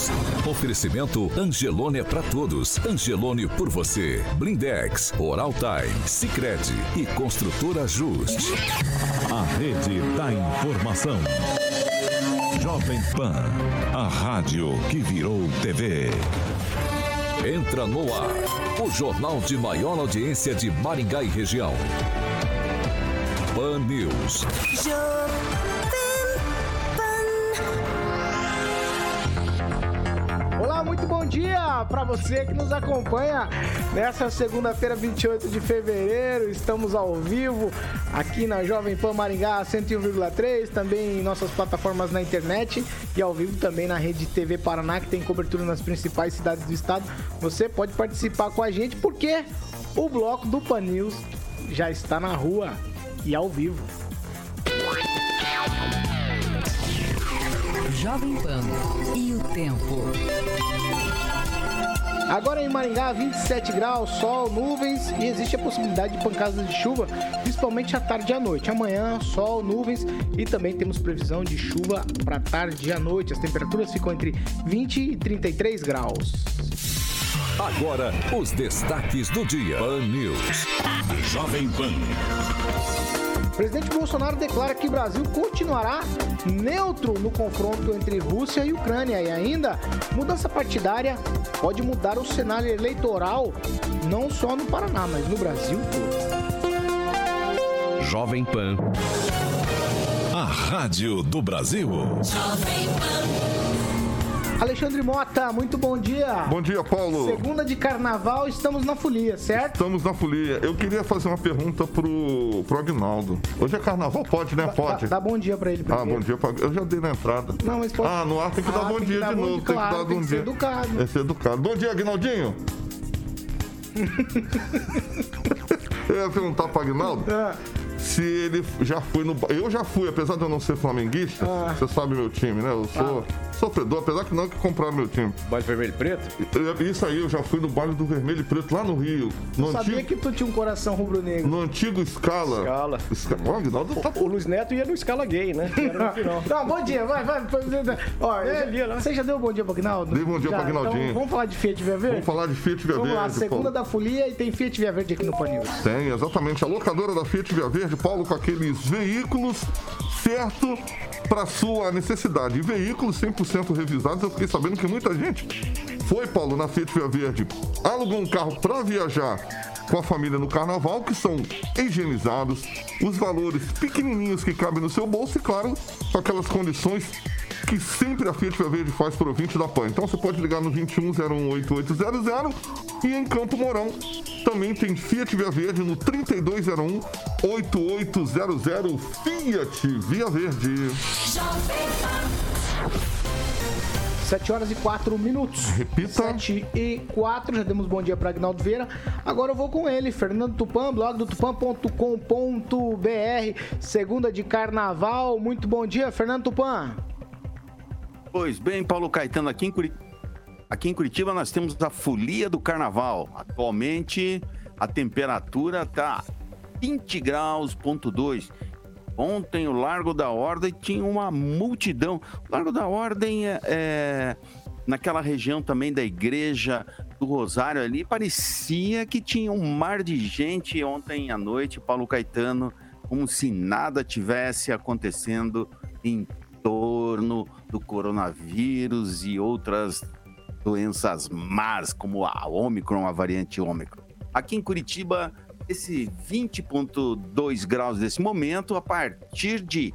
News. Oferecimento Angelone é pra todos. Angelone por você. Blindex, Oral Time, Sicredi e Construtora Just. A Rede da Informação. Jovem Pan, a rádio que virou TV. Entra no ar, o jornal de maior audiência de Maringá e região. Pan News. Olá, muito bom dia para você que nos acompanha nessa segunda-feira, 28 de fevereiro. Estamos ao vivo aqui na Jovem Pan Maringá 101,3, também em nossas plataformas na internet e ao vivo também na Rede TV Paraná, que tem cobertura nas principais cidades do estado. Você pode participar com a gente porque o bloco do Pan News já está na rua e ao vivo. Jovem Pan e o tempo. Agora em Maringá, 27 graus, sol, nuvens e existe a possibilidade de pancadas de chuva, principalmente à tarde e à noite. Amanhã, sol, nuvens e também temos previsão de chuva para tarde e à noite. As temperaturas ficam entre 20 e 33 graus. Agora, os destaques do dia. Pan News. Jovem Pan. O presidente Bolsonaro declara que o Brasil continuará neutro no confronto entre Rússia e Ucrânia. E ainda, mudança partidária pode mudar o cenário eleitoral, não só no Paraná, mas no Brasil todo. Jovem Pan. A rádio do Brasil. Jovem Pan. Alexandre Mota, muito bom dia. Bom dia, Paulo. Segunda de carnaval, estamos na folia, certo? Estamos na folia. Eu queria fazer uma pergunta pro Aguinaldo. Hoje é carnaval? Pode, né? Pode. Dá bom dia pra ele primeiro. Bom dia. Eu já dei na entrada. Não, mas pode. No ar tem que dar bom dia de novo. Tem que dar bom dia. Ser educado. É ser educado. Bom dia, Aguinaldinho. Eu ia perguntar pro Aguinaldo se ele já foi no... Eu já fui, apesar de eu não ser flamenguista, você sabe meu time, né? Eu sou sofredor, apesar que não que compraram meu time. Baile Vermelho e Preto? Isso aí, eu já fui no baile do Vermelho e Preto, lá no Rio. Eu sabia que tu tinha um coração rubro-negro. No antigo Scala. O Aguinaldo tá... O Luiz Neto ia no Scala gay, né? Era no final. Não, bom dia, vai. Ó, você já deu bom dia pro Aguinaldo? Dei bom dia pro Aguinaldinho. Então, vamos falar de Fiat Via Verde? Vamos falar de Fiat Via Verde. Vamos lá, segunda da folia e tem Fiat Via Verde aqui no Pan News. Tem, exatamente. A locadora da Fiat Via Verde, Paulo, com aqueles veículos certo para sua necessidade. E veículos 100% revisados. Eu fiquei sabendo que muita gente foi, Paulo, na Fiat Via Verde, alugou um carro para viajar com a família no carnaval, que são higienizados, os valores pequenininhos que cabem no seu bolso e, claro, com aquelas condições que sempre a Fiat Via Verde faz para o ouvinte da PAN. Então você pode ligar no 21018800 e em Campo Mourão também tem Fiat Via Verde no 32018800. Fiat Via Verde. 7h04. Repita. 7h04, já demos bom dia para Aguinaldo Vieira. Agora eu vou com ele, Fernando Tupan, blog do tupan.com.br. Segunda de carnaval. Muito bom dia, Fernando Tupan. Pois bem, Paulo Caetano, aqui em Curitiba nós temos a folia do carnaval. Atualmente a temperatura está 20 graus,2. Ontem o Largo da Ordem tinha uma multidão. O Largo da Ordem é naquela região também da Igreja do Rosário ali, parecia que tinha um mar de gente ontem à noite, Paulo Caetano, como se nada tivesse acontecendo em torno do coronavírus e outras doenças más, como a Ômicron, a variante Ômicron. Aqui em Curitiba, esse 20,2 graus desse momento, a partir de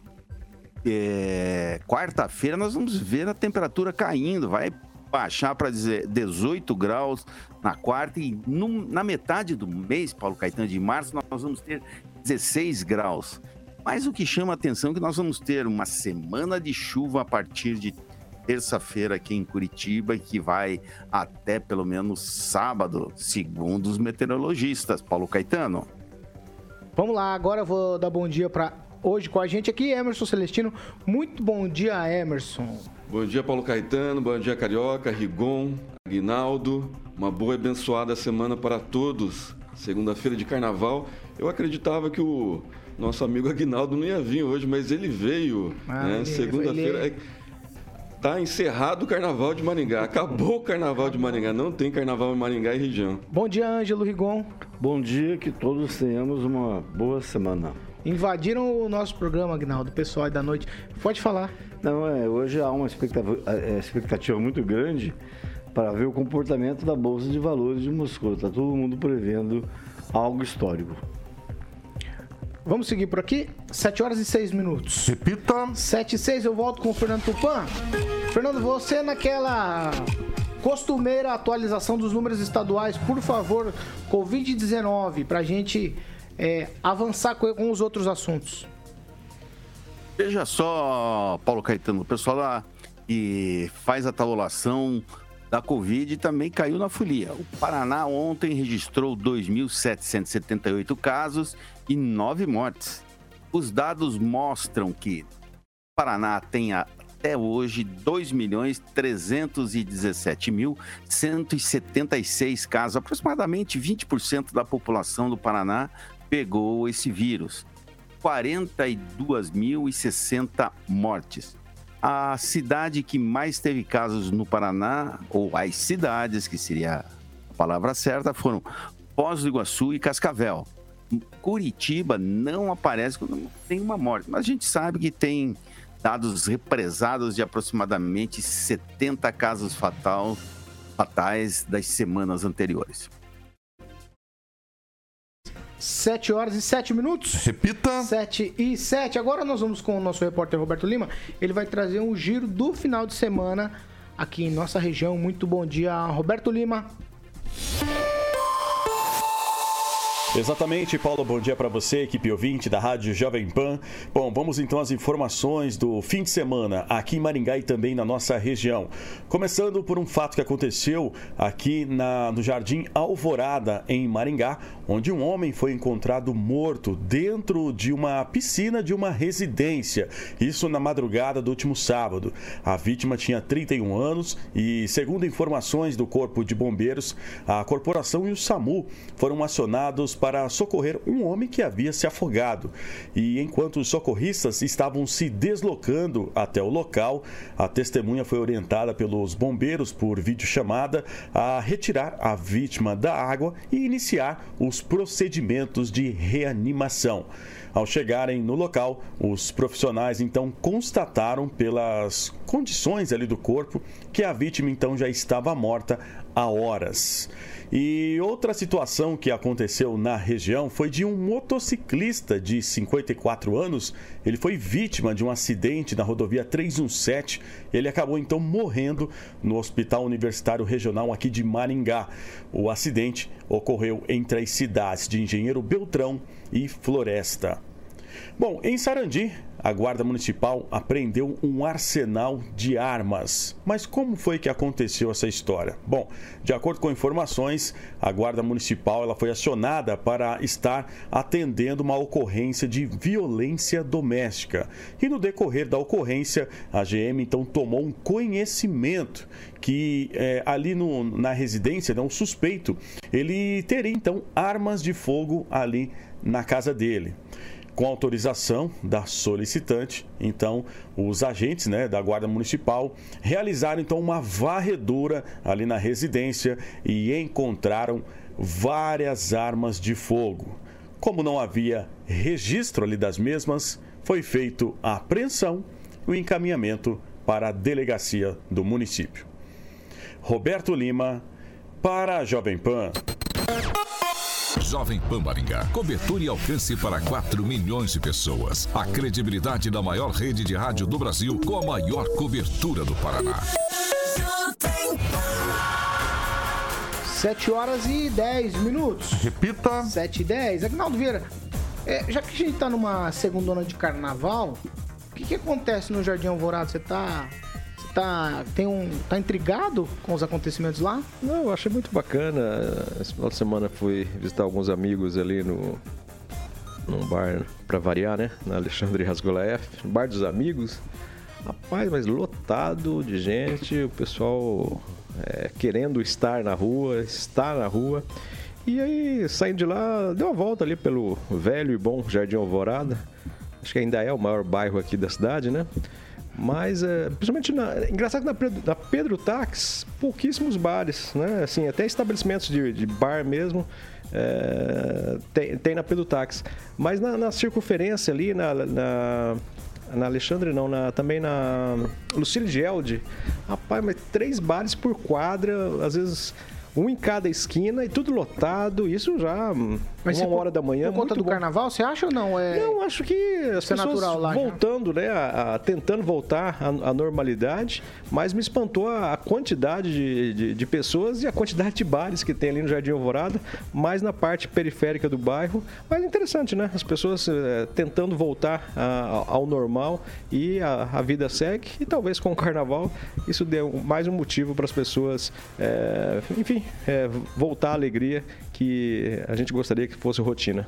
quarta-feira, nós vamos ver a temperatura caindo, vai baixar para 18 graus na quarta e na metade do mês, Paulo Caetano, de março, nós vamos ter 16 graus. Mas o que chama a atenção é que nós vamos ter uma semana de chuva a partir de terça-feira aqui em Curitiba e que vai até pelo menos sábado, segundo os meteorologistas. Paulo Caetano. Vamos lá, agora eu vou dar bom dia para hoje com a gente aqui, Emerson Celestino. Muito bom dia, Emerson. Bom dia, Paulo Caetano. Bom dia, Carioca, Rigon, Aguinaldo. Uma boa e abençoada semana para todos. Segunda-feira de carnaval. Eu acreditava que o nosso amigo Aguinaldo não ia vir hoje, mas ele veio, né? Segunda-feira. Tá encerrado o Carnaval de Maringá. Acabou o Carnaval de Maringá. Não tem Carnaval em Maringá e região. Bom dia, Ângelo Rigon. Bom dia, que todos tenhamos uma boa semana. Invadiram o nosso programa, Aguinaldo, pessoal aí da noite. Pode falar. Não, hoje há uma expectativa muito grande para ver o comportamento da Bolsa de Valores de Moscou. Está todo mundo prevendo algo histórico. Vamos seguir por aqui. 7 horas e 6 minutos. Repita. 7 e 6, eu volto com o Fernando Tupan. Fernando, você naquela costumeira atualização dos números estaduais, por favor, Covid-19, para a gente avançar com os outros assuntos. Veja só, Paulo Caetano, o pessoal lá que faz a tabulação da Covid também caiu na folia. O Paraná ontem registrou 2.778 casos e 9 mortes. Os dados mostram que o Paraná tem até hoje 2.317.176 casos. Aproximadamente 20% da população do Paraná pegou esse vírus. 42.060 mortes. A cidade que mais teve casos no Paraná, ou as cidades, que seria a palavra certa, foram Foz do Iguaçu e Cascavel. Curitiba não aparece quando tem uma morte, mas a gente sabe que tem dados represados de aproximadamente 70 casos fatais das semanas anteriores. 7 horas e 7 minutos. Repita. 7 e 7. Agora nós vamos com o nosso repórter Roberto Lima. Ele vai trazer um giro do final de semana aqui em nossa região. Muito bom dia, Roberto Lima. Exatamente, Paulo, bom dia para você, equipe ouvinte da Rádio Jovem Pan. Bom, vamos então às informações do fim de semana aqui em Maringá e também na nossa região. Começando por um fato que aconteceu aqui no Jardim Alvorada, em Maringá, onde um homem foi encontrado morto dentro de uma piscina de uma residência. Isso na madrugada do último sábado. A vítima tinha 31 anos e, segundo informações do Corpo de Bombeiros, a corporação e o SAMU foram acionados para socorrer um homem que havia se afogado. E enquanto os socorristas estavam se deslocando até o local, a testemunha foi orientada pelos bombeiros por videochamada a retirar a vítima da água e iniciar os procedimentos de reanimação. Ao chegarem no local, os profissionais então constataram pelas condições ali do corpo que a vítima então já estava morta há horas. E outra situação que aconteceu na região foi de um motociclista de 54 anos. Ele foi vítima de um acidente na rodovia 317. Ele acabou então morrendo no Hospital Universitário Regional aqui de Maringá. O acidente ocorreu entre as cidades de Engenheiro Beltrão e Floresta. Bom, em Sarandi, a Guarda Municipal apreendeu um arsenal de armas. Mas como foi que aconteceu essa história? Bom, de acordo com informações, a Guarda Municipal ela foi acionada para estar atendendo uma ocorrência de violência doméstica. E no decorrer da ocorrência, a GM então tomou um conhecimento que ali na residência, um suspeito, ele teria então armas de fogo ali na casa dele. Com autorização da solicitante, então, os agentes da Guarda Municipal realizaram então uma varredura ali na residência e encontraram várias armas de fogo. Como não havia registro ali das mesmas, foi feito a apreensão e o encaminhamento para a delegacia do município. Roberto Lima, para a Jovem Pan. Jovem Pan Maringá. Cobertura e alcance para 4 milhões de pessoas. A credibilidade da maior rede de rádio do Brasil com a maior cobertura do Paraná. 7 horas e 10 minutos. Repita. 7 e 10. Aguinaldo Vieira, já que a gente tá numa segundona de carnaval, o que acontece no Jardim Alvorada? Você tá intrigado com os acontecimentos lá? Não, eu achei muito bacana. Esse final de semana fui visitar alguns amigos ali num bar, pra variar, né? Na Alexandre Rasgolaef, bar dos amigos. Rapaz, mas lotado de gente, o pessoal querendo estar na rua. E aí, saindo de lá, deu uma volta ali pelo velho e bom Jardim Alvorada. Acho que ainda é o maior bairro aqui da cidade, né? Mas, principalmente, engraçado que na Pedro Tax, pouquíssimos bares, né? Assim, até estabelecimentos de bar mesmo, tem na Pedro Tax. Mas na circunferência ali, na Alexandre não, também na Lucílio Gelde, rapaz, mas 3 bares por quadra, às vezes um em cada esquina e tudo lotado, isso já mas 1h da manhã. Por conta do carnaval, você acha ou não? Não, acho que as pessoas voltando, né, tentando voltar à normalidade, mas me espantou a quantidade de pessoas e a quantidade de bares que tem ali no Jardim Alvorada, mais na parte periférica do bairro. Mas é interessante, né? As pessoas tentando voltar ao normal e a vida segue, e talvez com o carnaval isso dê mais um motivo para as pessoas, enfim, voltar à alegria que a gente gostaria que fosse rotina.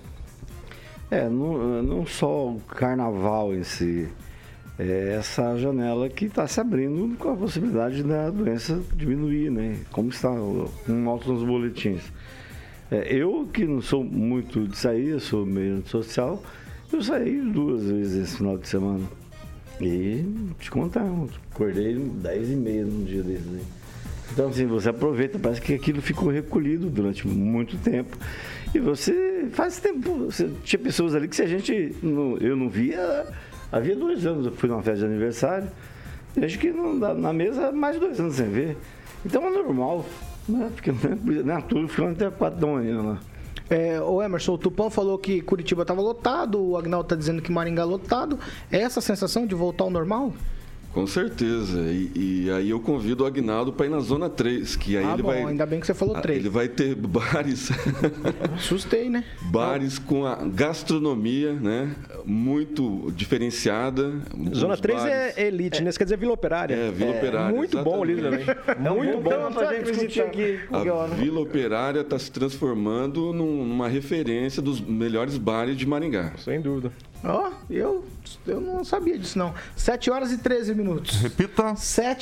Não só o carnaval em si, essa janela que está se abrindo com a possibilidade da doença diminuir, né? Como está com altos nos boletins. Eu, que não sou muito de sair, eu sou meio social, eu saí 2 vezes esse final de semana. E te contar, acordei 10h30 num dia desses aí. Então, assim, você aproveita, parece que aquilo ficou recolhido durante muito tempo. E você faz tempo. Tinha pessoas ali que se eu não via, havia 2 anos. Eu fui numa festa de aniversário, e acho que na mesa mais 2 anos sem ver. Então é normal, né? Porque na turma ficando até 4 da manhã lá. O Emerson, o Tupã falou que Curitiba estava lotado, o Agnaldo está dizendo que Maringá lotado. É essa a sensação de voltar ao normal? Com certeza. E aí eu convido o Agnaldo para ir na Zona 3, que aí ele vai... ainda bem que você falou 3. Ele vai ter bares... Assustei, né? Bares com a gastronomia, né? Muito diferenciada. Zona 3 é elite, né? Isso quer dizer Vila Operária. Vila Operária. Muito exatamente. bom ali também. Muito bom pra gente discutir aqui. A Vila Operária está se transformando numa referência dos melhores bares de Maringá. Sem dúvida. Eu não sabia disso, não. 7h13. Repita.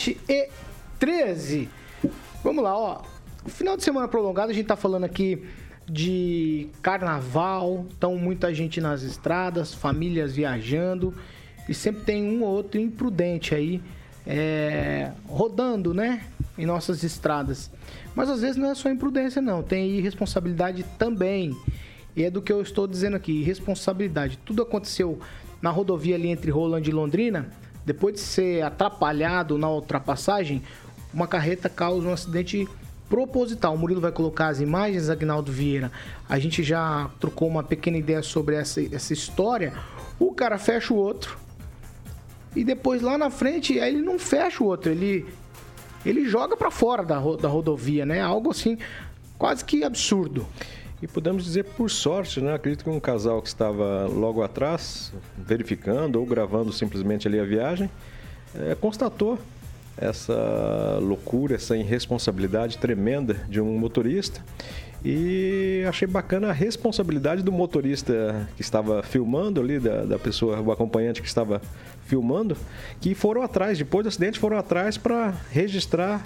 7h13. Vamos lá, Final de semana prolongado, a gente tá falando aqui de carnaval, então muita gente nas estradas, famílias viajando, e sempre tem um ou outro imprudente aí, rodando, né, em nossas estradas. Mas às vezes não é só imprudência, não, tem irresponsabilidade também. E é do que eu estou dizendo aqui, irresponsabilidade. Tudo aconteceu na rodovia ali entre Rolândia e Londrina. Depois de ser atrapalhado na ultrapassagem, uma carreta causa um acidente proposital. O Murilo vai colocar as imagens, Agnaldo Vieira. A gente já trocou uma pequena ideia sobre essa história. O cara fecha o outro e depois lá na frente, aí ele não fecha o outro, ele joga para fora da rodovia, né? Algo assim, quase que absurdo. E podemos dizer por sorte, né? Acredito que um casal que estava logo atrás, verificando ou gravando simplesmente ali a viagem, constatou essa loucura, essa irresponsabilidade tremenda de um motorista. E achei bacana a responsabilidade do motorista que estava filmando ali, da pessoa, o acompanhante que estava filmando, que foram atrás, depois do acidente, foram atrás para registrar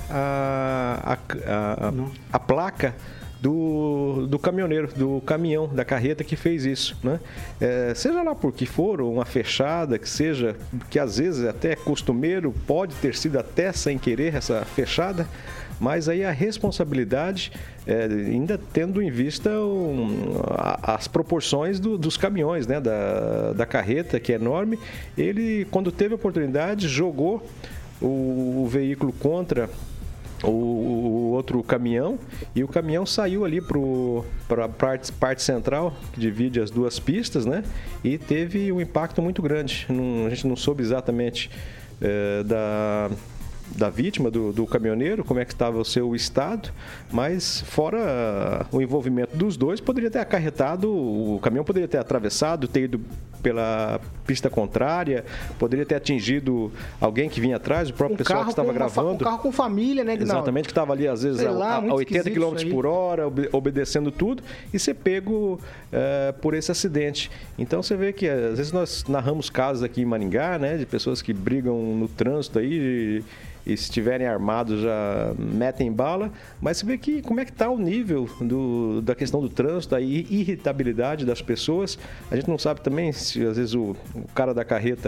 a placa do caminhoneiro, do caminhão, da carreta que fez isso, né? Seja lá por que for, uma fechada, que às vezes até é costumeiro, pode ter sido até sem querer essa fechada, mas aí a responsabilidade, ainda tendo em vista as proporções dos caminhões, né? Da carreta, que é enorme, ele, quando teve a oportunidade, jogou o veículo contra o outro caminhão, e o caminhão saiu ali para a parte central, que divide as duas pistas, né? E teve um impacto muito grande. A gente não soube exatamente da vítima, do caminhoneiro, como é que estava o seu estado, mas fora o envolvimento dos dois, poderia ter acarretado, o caminhão poderia ter atravessado, ter ido pela pista contrária, poderia ter atingido alguém que vinha atrás, o próprio pessoal que estava gravando. Um carro com família, né, Guinaldo? Exatamente, que estava ali às vezes a 80 km por hora, obedecendo tudo, e ser pego por esse acidente. Então você vê que às vezes nós narramos casos aqui em Maringá, né, de pessoas que brigam no trânsito aí, e se estiverem armados já metem bala, mas você vê que como é que está o nível da questão do trânsito, a irritabilidade das pessoas. A gente não sabe também se às vezes o cara da carreta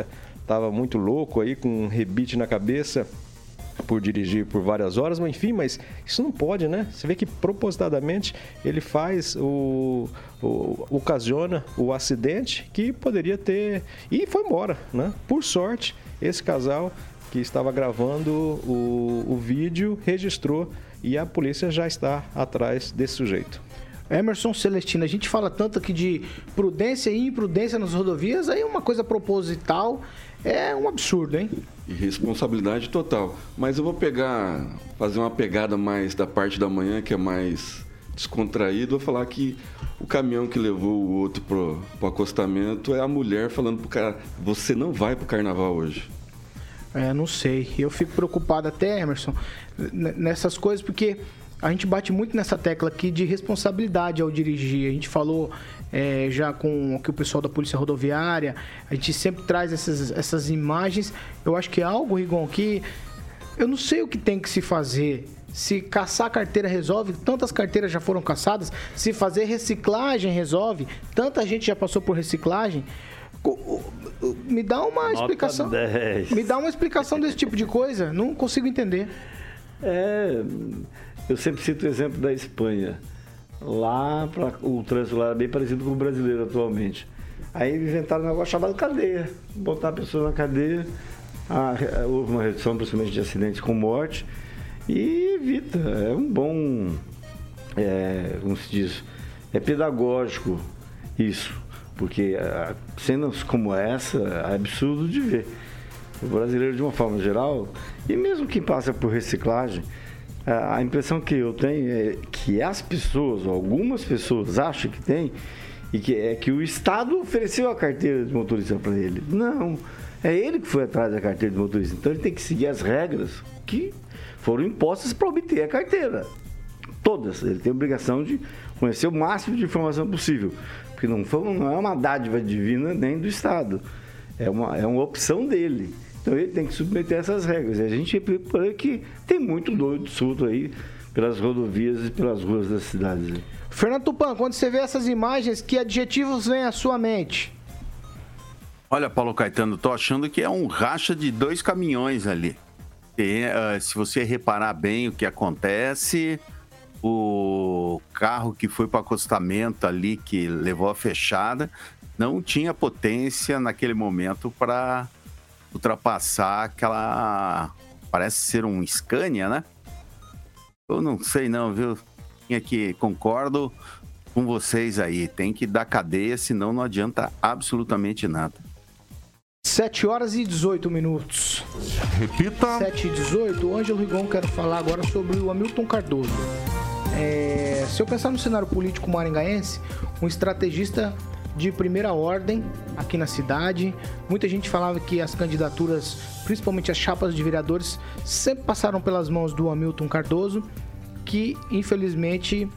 estava muito louco aí, com um rebite na cabeça por dirigir por várias horas, mas enfim, mas isso não pode, né? Você vê que propositadamente ele faz ocasiona o acidente que poderia ter e foi embora, né? Por sorte, esse casal que estava gravando o vídeo registrou e a polícia já está atrás desse sujeito. Emerson Celestino, a gente fala tanto aqui de prudência e imprudência nas rodovias, aí uma coisa proposital é um absurdo, hein? Irresponsabilidade total. Mas eu vou fazer uma pegada mais da parte da manhã, que é mais descontraído. Vou falar que o caminhão que levou o outro pro acostamento é a mulher falando pro cara, você não vai pro carnaval hoje. Não sei. Eu fico preocupado até, Emerson, nessas coisas, porque a gente bate muito nessa tecla aqui de responsabilidade ao dirigir. A gente falou já com o pessoal da Polícia Rodoviária, a gente sempre traz essas imagens. Eu acho que é algo, Rigon, que eu não sei o que tem que se fazer. Se caçar carteira resolve, tantas carteiras já foram caçadas. Se fazer reciclagem resolve, tanta gente já passou por reciclagem. Me dá uma explicação. 10. Me dá uma explicação desse tipo de coisa. Não consigo entender. Eu sempre cito o exemplo da Espanha. Lá, o trânsito lá é bem parecido com o brasileiro atualmente. Aí inventaram um negócio chamado cadeia. Botar a pessoa na cadeia. Houve uma redução, principalmente de acidentes com morte. E evita. É um bom... como se diz? É pedagógico isso. Porque cenas como essa é absurdo de ver. O brasileiro, de uma forma geral, e mesmo quem passa por reciclagem, a impressão que eu tenho é que as pessoas, ou algumas pessoas, acham que tem, e que o Estado ofereceu a carteira de motorista para ele. Não, é ele que foi atrás da carteira de motorista. Então ele tem que seguir as regras que foram impostas para obter a carteira. Todas. Ele tem a obrigação de conhecer o máximo de informação possível. Porque não é uma dádiva divina nem do Estado. É uma opção dele. Então ele tem que submeter essas regras. E a gente vê que tem muito doido solto aí pelas rodovias e pelas ruas das cidades. Fernando Tupan, quando você vê essas imagens, que adjetivos vêm à sua mente? Olha, Paulo Caetano, tô achando que é um racha de 2 caminhões ali. Se você reparar bem o que acontece, o carro que foi para o acostamento ali, que levou a fechada, não tinha potência naquele momento para ultrapassar aquela... Parece ser um Scania, né? Eu não sei não, viu? Aqui, concordo com vocês aí. Tem que dar cadeia, senão não adianta absolutamente nada. 7h18. Repita. 7h18. O Ângelo Rigon, quero falar agora sobre o Hamilton Cardoso. Se eu pensar no cenário político maringaense, um estrategista de primeira ordem aqui na cidade. Muita gente falava que as candidaturas, principalmente as chapas de vereadores, sempre passaram pelas mãos do Hamilton Cardoso, que infelizmente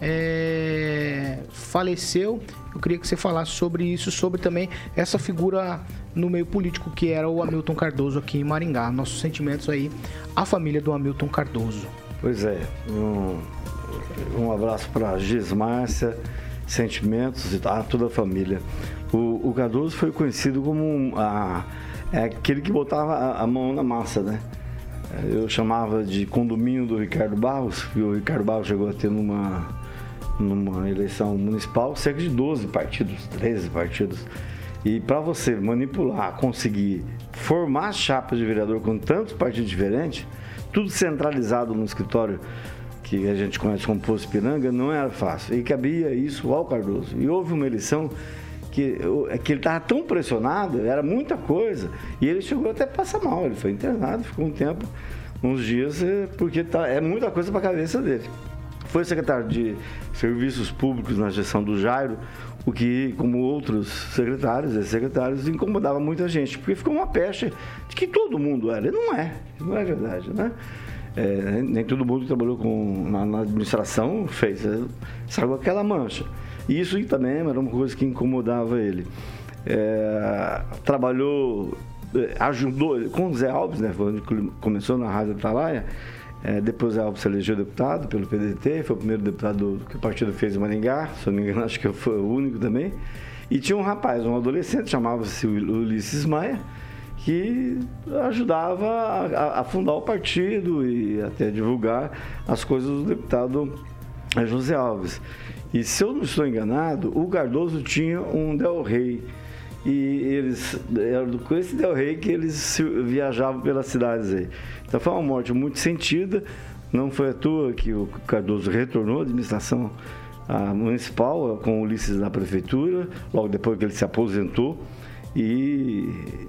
faleceu. Eu queria que você falasse sobre isso, sobre também essa figura no meio político que era o Hamilton Cardoso aqui em Maringá. Nossos sentimentos aí à família do Hamilton Cardoso. Pois é, um abraço para a Gismárcia, sentimentos e a toda a família. O Cardoso foi conhecido como aquele que botava a mão na massa, né? Eu chamava de condomínio do Ricardo Barros, e o Ricardo Barros chegou a ter numa eleição municipal cerca de 12 partidos, 13 partidos. E para você manipular, conseguir formar chapas de vereador com tantos partidos diferentes, tudo centralizado no escritório que a gente conhece como Poço Ipiranga, não era fácil. E cabia isso ao Cardoso. E houve uma eleição que ele estava tão pressionado, era muita coisa, e ele chegou até a passar mal. Ele foi internado, ficou um tempo, uns dias, porque é muita coisa para a cabeça dele. Foi secretário de Serviços Públicos na gestão do Jairo, o que, como outros secretários e secretários, incomodava muita gente, porque ficou uma pecha de que todo mundo era. E não é verdade, né? Nem todo mundo que trabalhou na administração saiu aquela mancha. E isso também era uma coisa que incomodava ele. Trabalhou, ajudou com o Zé Alves, né? Começou na Rádio Atalaia. Depois o Zé Alves se elegeu deputado pelo PDT, foi o primeiro deputado que o partido fez em Maringá, se não me engano, acho que foi o único também. E tinha um rapaz, um adolescente, chamava-se Ulisses Maia, que ajudava a fundar o partido e até divulgar as coisas do deputado José Alves. E se eu não estou enganado, o Cardoso tinha um Del Rey. E era com esse Del Rey que eles viajavam pelas cidades aí. Então foi uma morte muito sentida. Não foi à toa que o Cardoso retornou à administração municipal com o Ulisses na prefeitura, logo depois que ele se aposentou. E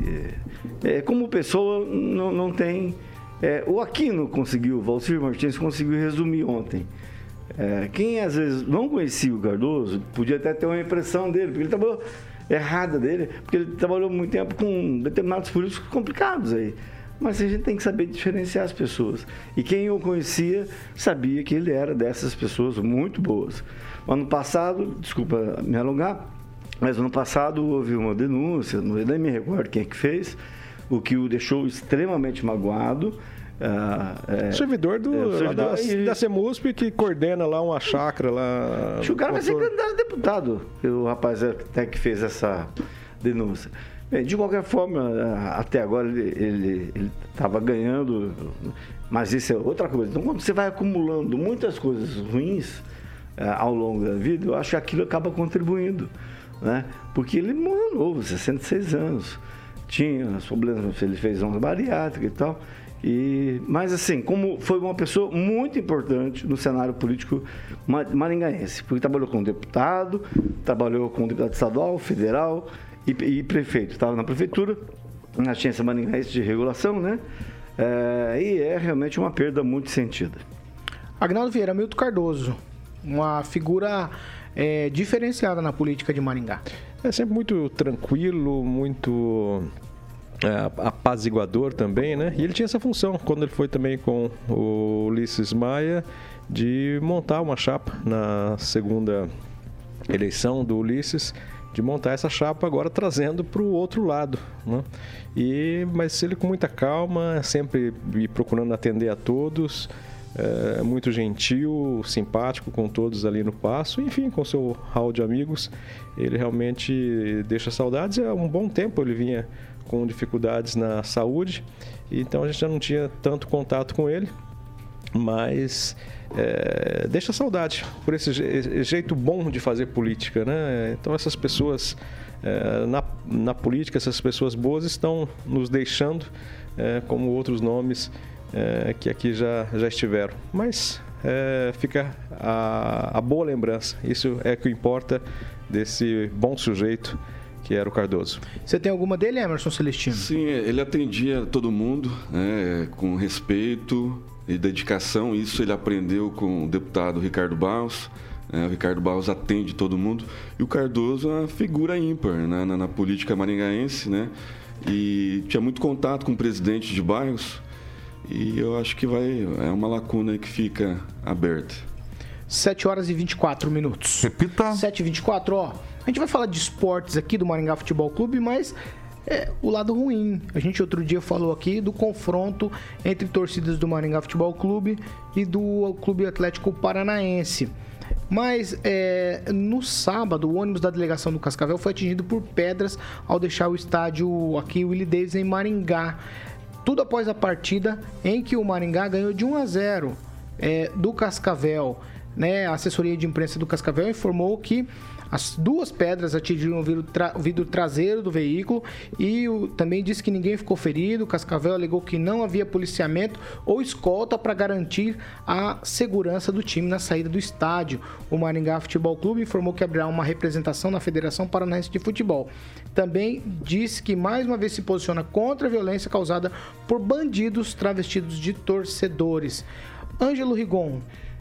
como pessoa não tem... o Aquino conseguiu, o Valcir Martins conseguiu resumir ontem. Quem às vezes não conhecia o Cardoso podia até ter uma impressão dele, porque ele trabalhou errada dele, porque ele trabalhou muito tempo com determinados políticos complicados aí. Mas a gente tem que saber diferenciar as pessoas. E quem o conhecia sabia que ele era dessas pessoas muito boas. Ano passado, desculpa me alongar, mas ano passado houve uma denúncia, não nem me recordo quem é que fez, o que o deixou extremamente magoado. Servidor da CEMUSP, que coordena lá uma chácara lá. Acho que o cara vai ser candidato a deputado, o rapaz até que fez essa denúncia. Bem, de qualquer forma, até agora ele estava ganhando, mas isso é outra coisa. Então, quando você vai acumulando muitas coisas ruins ao longo da vida, eu acho que aquilo acaba contribuindo, né? Porque ele morreu novo, 66 anos. Tinha os problemas, ele fez uma bariátrica e tal. Mas assim, como foi uma pessoa muito importante no cenário político maringaense, porque trabalhou com deputado, trabalhou com deputado estadual, federal e prefeito. Estava na prefeitura, na agência maringaense de regulação, né? E é realmente uma perda muito sentida. Agnaldo Vieira, Milton Cardoso, uma figura diferenciada na política de Maringá. É sempre muito tranquilo, muito... apaziguador também, né? E ele tinha essa função, quando ele foi também com o Ulisses Maia, de montar uma chapa na segunda eleição do Ulisses, de montar essa chapa agora trazendo para o outro lado, né? Mas ele com muita calma, sempre procurando atender a todos, muito gentil, simpático com todos ali no Paço, enfim, com seu hall de amigos, ele realmente deixa saudades. Há um bom tempo ele vinha com dificuldades na saúde, então a gente já não tinha tanto contato com ele, mas deixa saudade por esse jeito bom de fazer política, né? Então essas pessoas na política, essas pessoas boas estão nos deixando, como outros nomes que aqui já estiveram, mas fica a boa lembrança, isso é que importa desse bom sujeito que era o Cardoso. Você tem alguma dele, Emerson Celestino? Sim, ele atendia todo mundo, né, com respeito e dedicação. Isso ele aprendeu com o deputado Ricardo Barros. O Ricardo Barros atende todo mundo. E o Cardoso é uma figura ímpar, né, na política maringaense, né? E tinha muito contato com o presidente de bairros. E eu acho que é uma lacuna que fica aberta. 7 horas e 24 minutos. Repita. 7h24, ó. A gente vai falar de esportes aqui do Maringá Futebol Clube, mas o lado ruim. A gente outro dia falou aqui do confronto entre torcidas do Maringá Futebol Clube e do Clube Atlético Paranaense. Mas no sábado, o ônibus da delegação do Cascavel foi atingido por pedras ao deixar o estádio aqui, Willie Davis, em Maringá. Tudo após a partida em que o Maringá ganhou de 1-0 do Cascavel, né? A assessoria de imprensa do Cascavel informou que as duas pedras atingiram o vidro traseiro do veículo e também disse que ninguém ficou ferido. O Cascavel alegou que não havia policiamento ou escolta para garantir a segurança do time na saída do estádio. O Maringá Futebol Clube informou que abrirá uma representação na Federação Paranaense de Futebol. Também disse que mais uma vez se posiciona contra a violência causada por bandidos travestidos de torcedores. Ângelo Rigon.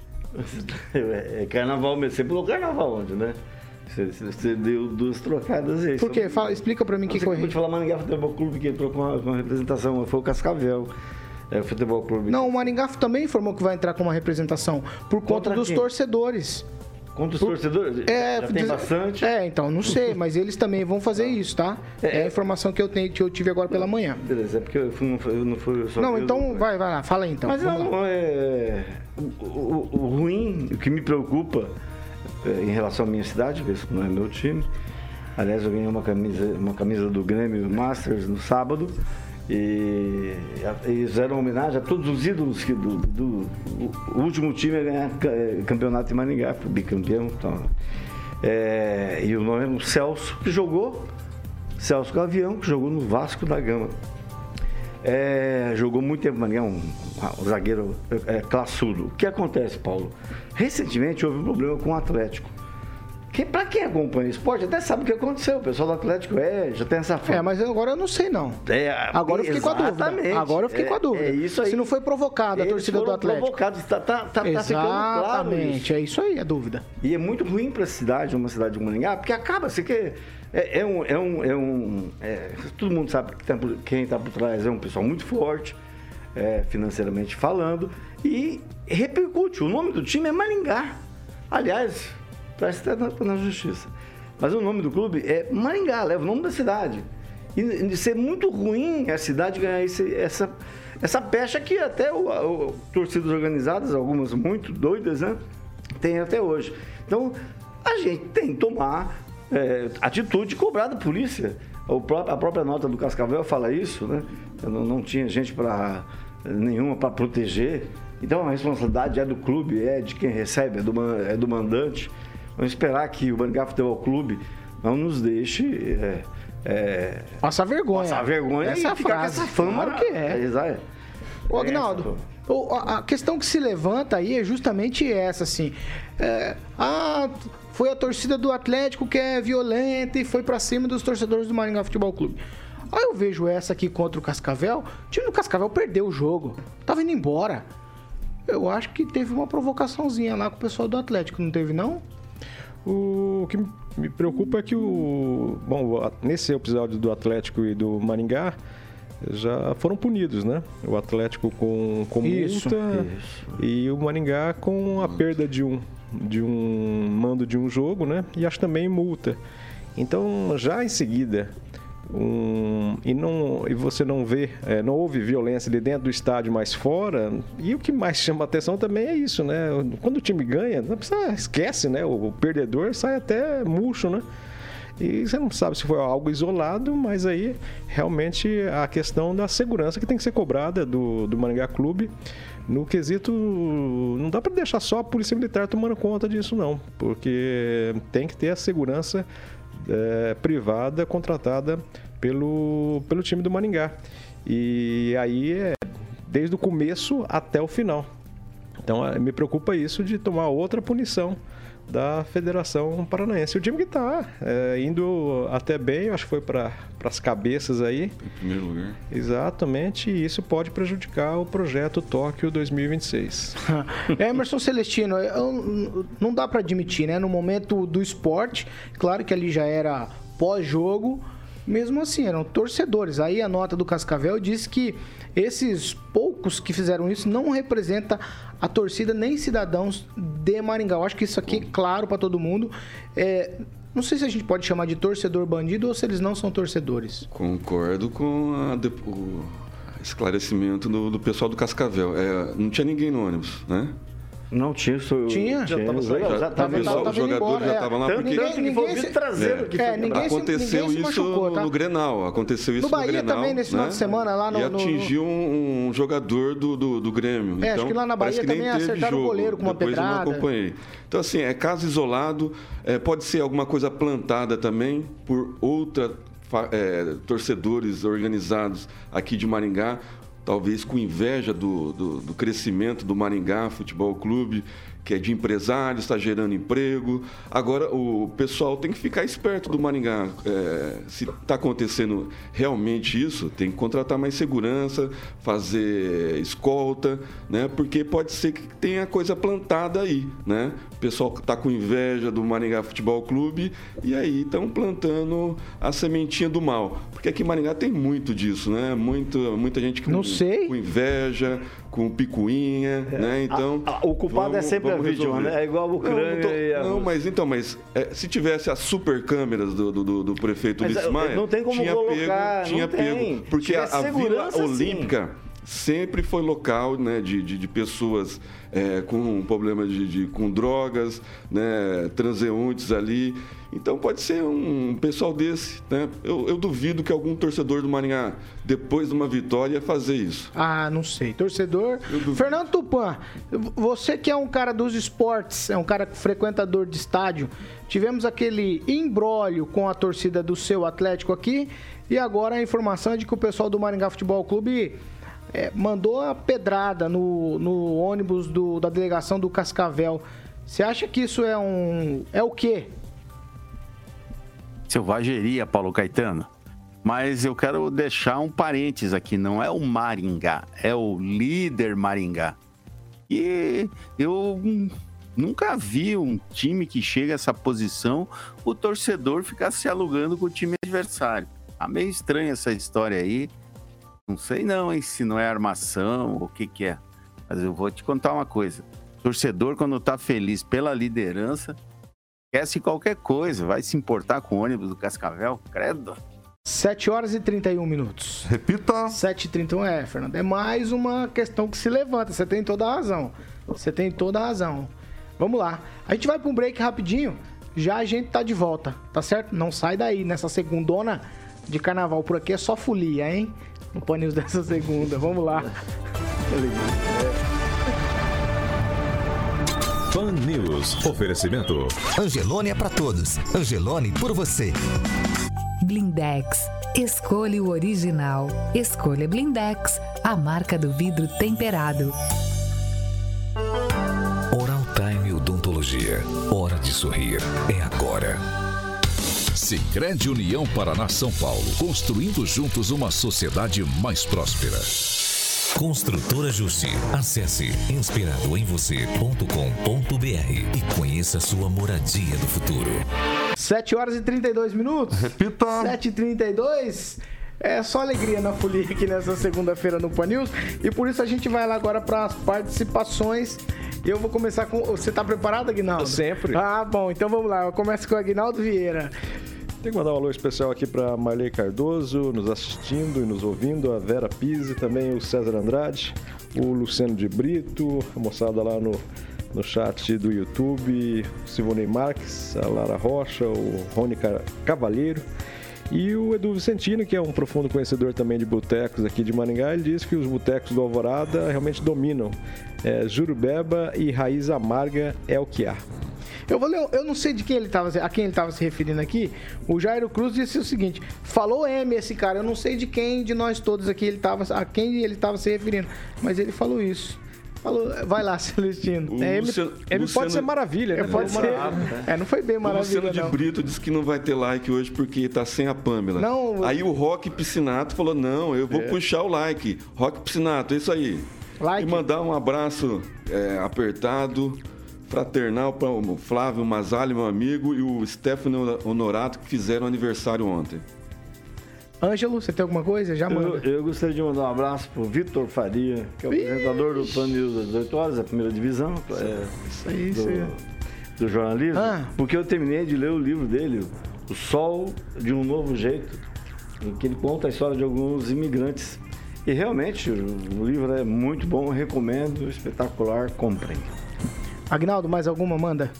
Carnaval mesmo, você pulou carnaval ontem, né? Você deu duas trocadas aí. Por quê? Explica pra mim o que foi. Eu vou te falar, Maringá Futebol Clube que entrou com uma representação, foi o Cascavel. O Futebol Clube. Não, o Maringá também informou que vai entrar com uma representação por conta dos torcedores. Contra os torcedores? Já tem bastante. Então, não sei, mas eles também vão fazer isso, tá? É a informação que eu tive agora pela manhã. Beleza, é porque eu não fui só. Não, então vai lá, fala aí então. Mas o ruim, o que me preocupa em relação à minha cidade, que isso não é meu time, Aliás, eu ganhei uma camisa do Grêmio Masters no sábado. E fizeram homenagem a todos os ídolos do último time a ganhar campeonato em Maringá, foi bicampeão. Então, e o nome é o Celso, que jogou, Celso Gavião, que jogou no Vasco da Gama. Jogou muito tempo em Maringá, um zagueiro classudo. O que acontece, Paulo? Recentemente houve um problema com o Atlético. Pra quem acompanha o esporte, até sabe o que aconteceu. O pessoal do Atlético já tem essa fama. Mas agora eu não sei, não. Agora eu fiquei com a dúvida. Agora eu fiquei com a dúvida. É isso aí. Se não foi provocada a torcida do Atlético. Provocados, tá ficando claro. Exatamente, é isso aí a dúvida. E é muito ruim pra cidade, uma cidade de Maringá, porque acaba, você quer... todo mundo sabe que quem está por trás é um pessoal muito forte, financeiramente falando, e repercute. O nome do time é Maringá. Aliás, parece até na justiça. Mas o nome do clube é Maringá, leva o nome da cidade. E de ser muito ruim a cidade ganhar essa pecha que até torcidas organizadas, algumas muito doidas, né, tem até hoje. Então, a gente tem que tomar atitude cobrar da polícia. A própria nota do Cascavel fala isso, né? Não tinha gente nenhuma para proteger. Então a responsabilidade é do clube, é de quem recebe, é do mandante. Vamos esperar que o Maringá Futebol Clube não nos deixe passar vergonha. Essa e ficar frase, com essa fama. Claro que é. Ô, Agnaldo, a questão que se levanta aí é justamente essa, assim. Foi a torcida do Atlético que é violenta e foi pra cima dos torcedores do Maringá Futebol Clube. Aí eu vejo essa aqui contra o Cascavel. O time do Cascavel perdeu o jogo. Tava indo embora. Eu acho que teve uma provocaçãozinha lá com o pessoal do Atlético, não teve, não? O que me preocupa é que nesse episódio do Atlético e do Maringá já foram punidos, né? O Atlético com multa e o Maringá com a perda de um mando de um jogo, né? E acho também multa. Então, já em seguida, e você não vê, não houve violência ali dentro do estádio, mas fora. E o que mais chama a atenção também é isso, né? Quando o time ganha, esquece, né? O perdedor sai até murcho, né? E você não sabe se foi algo isolado, mas aí realmente a questão da segurança que tem que ser cobrada do Maringá Clube. No quesito, não dá para deixar só a Polícia Militar tomando conta disso, não. Porque tem que ter a segurança privada contratada pelo time do Maringá. E aí desde o começo até o final. Então me preocupa isso de tomar outra punição da Federação Paranaense. O time que está indo até bem, eu acho que foi para as cabeças aí. Em primeiro lugar. Exatamente, e isso pode prejudicar o projeto Tóquio 2026. Emerson Celestino, não dá para admitir, né? No momento do esporte, claro que ali já era pós-jogo, mesmo assim, eram torcedores. Aí a nota do Cascavel diz que esses poucos que fizeram isso não representa a torcida nem cidadãos de Maringá. Eu acho que isso aqui é claro para todo mundo. Não sei se a gente pode chamar de torcedor bandido ou se eles não são torcedores. Concordo com o esclarecimento do pessoal do Cascavel. Não tinha ninguém no ônibus, né? Não tinha, tinha. Os jogadores já estavam lá porque ninguém aconteceu isso machucou, tá? No Grenal. Aconteceu isso no Bahia Grenal, também, nesse final de semana lá e atingiu um jogador do Grêmio. Então, acho que lá na Bahia também acertaram o goleiro com uma pedrada. Eu não acompanhei. Então, assim, é caso isolado, pode ser alguma coisa plantada também por torcedores organizados aqui de Maringá, talvez com inveja do crescimento do Maringá Futebol Clube, que é de empresários, está gerando emprego. Agora, o pessoal tem que ficar esperto do Maringá. Se está acontecendo realmente isso, tem que contratar mais segurança, fazer escolta, né? Porque pode ser que tenha coisa plantada aí, né? O pessoal está com inveja do Maringá Futebol Clube e aí estão plantando a sementinha do mal. Porque aqui em Maringá tem muito disso, né? Muita gente com inveja, com picuinha, né? Então, o culpado é sempre a vítima, né? É igual a Ucrânia. Mas se tivesse as super câmeras do prefeito Ulisses Maia, não tem como tinha pego. Porque a Vila Olímpica, sempre foi local, né, de pessoas com problema com drogas, né, transeuntes ali. Então pode ser um pessoal desse, né? Eu duvido que algum torcedor do Maringá, depois de uma vitória, ia fazer isso. Ah, não sei. Torcedor. Fernando Tupan, você que é um cara dos esportes, é um cara frequentador de estádio, tivemos aquele imbróglio com a torcida do seu Atlético aqui, e agora a informação é de que o pessoal do Maringá Futebol Clube mandou a pedrada no ônibus da delegação do Cascavel. Você acha que isso é o quê? Selvageria, Paulo Caetano. Mas eu quero deixar um parênteses aqui. Não é o Maringá, é o líder Maringá. E eu nunca vi um time que chega a essa posição, o torcedor ficar se alugando com o time adversário. Tá meio estranha essa história aí. Não sei não, hein, se não é armação ou o que é. Mas eu vou te contar uma coisa. O torcedor, quando tá feliz pela liderança, esquece qualquer coisa. Vai se importar com o ônibus do Cascavel? Credo. 7h31. Repita. 7h31, Fernando. É mais uma questão que se levanta. Você tem toda a razão. Vamos lá. A gente vai para um break rapidinho. Já a gente tá de volta, tá certo? Não sai daí. Nessa segundona de carnaval por aqui é só folia, hein? No Pan News dessa segunda. Vamos lá. Pan News. Oferecimento. Angelone é pra todos. Angelone por você. Blindex. Escolha o original. Escolha Blindex, a marca do vidro temperado. Oral Time Odontologia. Hora de sorrir. É agora. Sicredi União Paraná São Paulo. Construindo juntos uma sociedade mais próspera. Construtora Justi. Acesse inspiradoemvocê.com.br e conheça sua moradia do futuro. 7h32. Repita. 7h32. É só alegria na folia aqui nessa segunda-feira no Pan News. E por isso a gente vai lá agora para as participações. Eu vou começar com... Você tá preparado, Aguinaldo? Sempre. Ah, bom. Então vamos lá. Eu começo com o Aguinaldo Vieira. Tem que mandar um alô especial aqui para Marley Cardoso, nos assistindo e nos ouvindo, a Vera Pise, também o César Andrade, o Luciano de Brito, a moçada lá no chat do YouTube, Silvonei Marques, a Lara Rocha, o Rony Cavalheiro e o Edu Vicentino, que é um profundo conhecedor também de botecos aqui de Maringá. Ele diz que os botecos do Alvorada realmente dominam. Jurubeba e Raiz Amarga é o que há. Eu não sei a quem ele estava se referindo aqui. O Jairo Cruz disse o seguinte: falou M esse cara, eu não sei de quem de nós todos aqui a quem ele estava se referindo, mas ele falou isso. Falou, vai lá, Celestino. Ele pode ser maravilha, né? Pode ser. Não foi bem maravilha. O Luciano de Brito disse que não vai ter like hoje porque tá sem a Pâmela. Não, aí o Roque Piscinato falou: não, eu vou puxar o like. Roque Piscinato, é isso aí. Like. E mandar um abraço apertado, fraternal para o Flávio Mazzali, meu amigo, e o Stefano Honorato, que fizeram aniversário ontem. Ângelo, você tem alguma coisa? Já manda. Eu gostaria de mandar um abraço pro Vitor Faria, que é o apresentador do Pan News das 18 horas, da primeira divisão. Do jornalismo. Porque eu terminei de ler o livro dele, O Sol de um Novo Jeito, em que ele conta a história de alguns imigrantes. E realmente o livro é muito bom, recomendo, espetacular, comprem. Aguinaldo, mais alguma? Manda.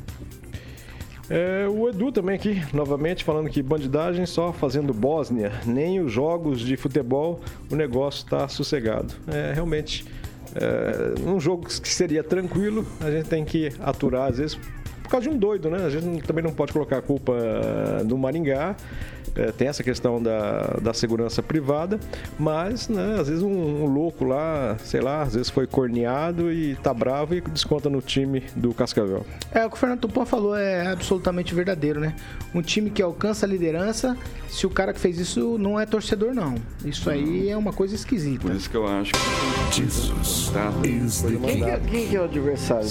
O Edu também aqui, novamente, falando que bandidagem só fazendo Bósnia, nem os jogos de futebol o negócio está sossegado. Realmente, um jogo que seria tranquilo, a gente tem que aturar, às vezes, por causa de um doido, né? A gente também não pode colocar a culpa no Maringá. Tem essa questão da segurança privada, mas, né, às vezes um louco lá, sei lá, às vezes foi corneado e tá bravo e desconta no time do Cascavel. O que o Fernando Tupan falou é absolutamente verdadeiro, né? Um time que alcança a liderança, se o cara que fez isso não é torcedor, não. Isso aí é uma coisa esquisita. Por isso que eu acho que... Jesus. Quem que é o adversário?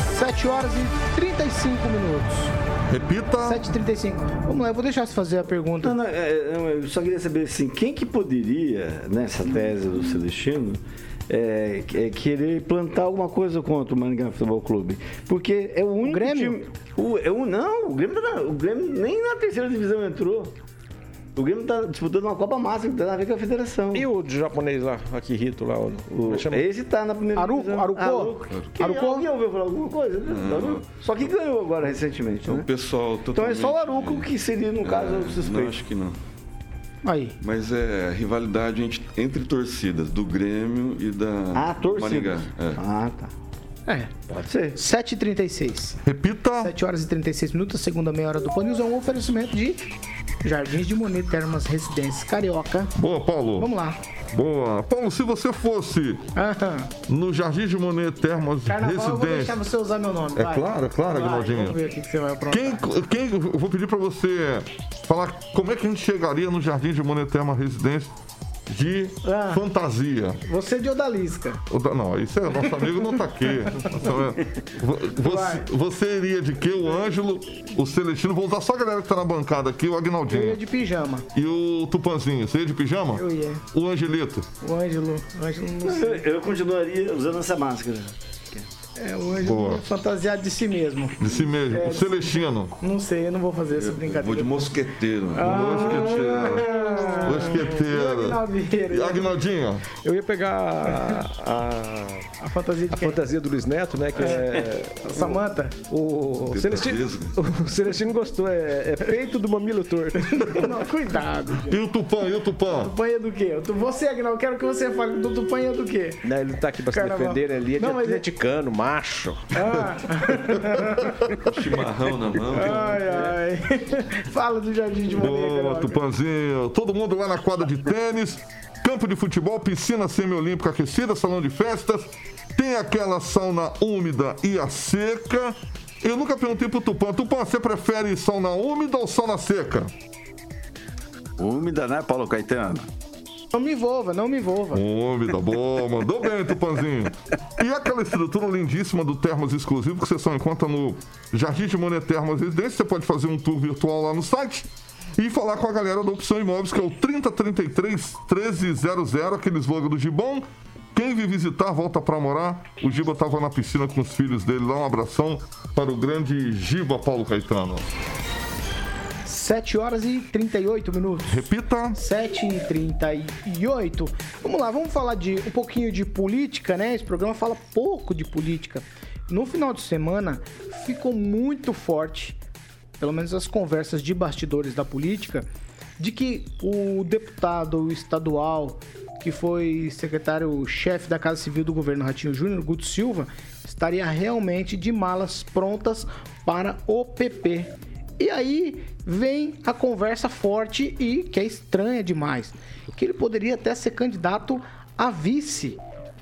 7h35. Repita. 7h35. Vamos lá, eu vou deixar você fazer a pergunta. Eu só queria saber assim, quem que poderia, nessa tese do Celestino, querer plantar alguma coisa contra o Maringá Futebol Clube? Porque é o único Grêmio? time... O Grêmio nem na terceira divisão entrou. O Grêmio tá disputando uma Copa Master, que tem a ver com a federação. E o japonês lá, Akihito lá? Esse tá na primeira divisão. Aruko? Alguém ouviu falar alguma coisa? Só que ganhou agora recentemente, Então, né? o pessoal Então é totalmente... só o Aruko que seria, no caso, o suspeito. Não, acho que não. Aí. Mas é rivalidade entre torcidas, do Grêmio e da torcida. Maringá. Tá. Pode ser. 7h36. Repita. 7 horas e 36 minutos, segunda meia hora do Pan News é um oferecimento de Jardins de Monet Termas Residências Carioca. Boa, Paulo. Vamos lá. Boa. Paulo, se você fosse no Jardim de Monet Termas Carnaval, eu vou deixar Residência... você usar meu nome. É claro, Aguinaldinho. Vamos ver o que você vai aprontar. Eu vou pedir pra você falar como é que a gente chegaria no Jardim de Monet Termas Residência de fantasia. Você de Odalisca. Não, isso é nosso amigo, não tá aqui. Você iria de quê? O Ângelo, o Celestino, vou usar só a galera que tá na bancada aqui, o Aguinaldinho. Eu ia de pijama. E o Tupanzinho, você ia de pijama? Eu ia. O Angelito. O Ângelo não sei. Eu continuaria usando essa máscara. O Ângelo fantasiado de si mesmo. De si mesmo. O Celestino. Não sei, eu não vou fazer essa brincadeira. Vou de mosqueteiro. Mosqueteiro. E Aguinaldinho? Eu ia pegar a fantasia de a fantasia do Luiz Neto, né? Que é a Samanta. O Celestino gostou. É peito do mamilo torto. Não, cuidado. Gente. E o Tupã? Tupã é do quê? Você, Aguinaldo, quero que você fale do Tupã é do quê? Não, ele não tá aqui pra se defender, ele é de atleticano, macho. Chimarrão na mão. Ai. Fala do Jardim de Monet. Boa, Tupanzinho. Todo mundo lá na quadra de tênis, campo de futebol, piscina semiolímpica aquecida, salão de festas, tem aquela sauna úmida e a seca. Eu nunca perguntei pro Tupã, você prefere sauna úmida ou sauna seca? Úmida, né, Paulo Caetano? Não me envolva. Úmida, boa, mandou bem, Tupanzinho. E aquela estrutura lindíssima do Termas Exclusivo que você só encontra no Jardim de Monet Termas Residência. Você pode fazer um tour virtual lá no site e falar com a galera da Opção Imóveis, que é o 3033-1300, aquele slogan do Gibão. Quem vir visitar, volta pra morar. O Giba tava na piscina com os filhos dele lá. Um abração para o grande Giba, Paulo Caetano. 7 horas e 38 minutos. Repita. 7h38. Vamos lá, vamos falar de um pouquinho de política, né? Esse programa fala pouco de política. No final de semana, ficou muito forte, pelo menos as conversas de bastidores da política, de que o deputado estadual, que foi secretário-chefe da Casa Civil do governo Ratinho Júnior, Guto Silva, estaria realmente de malas prontas para o PP. E aí vem a conversa forte e que é estranha demais, que ele poderia até ser candidato a vice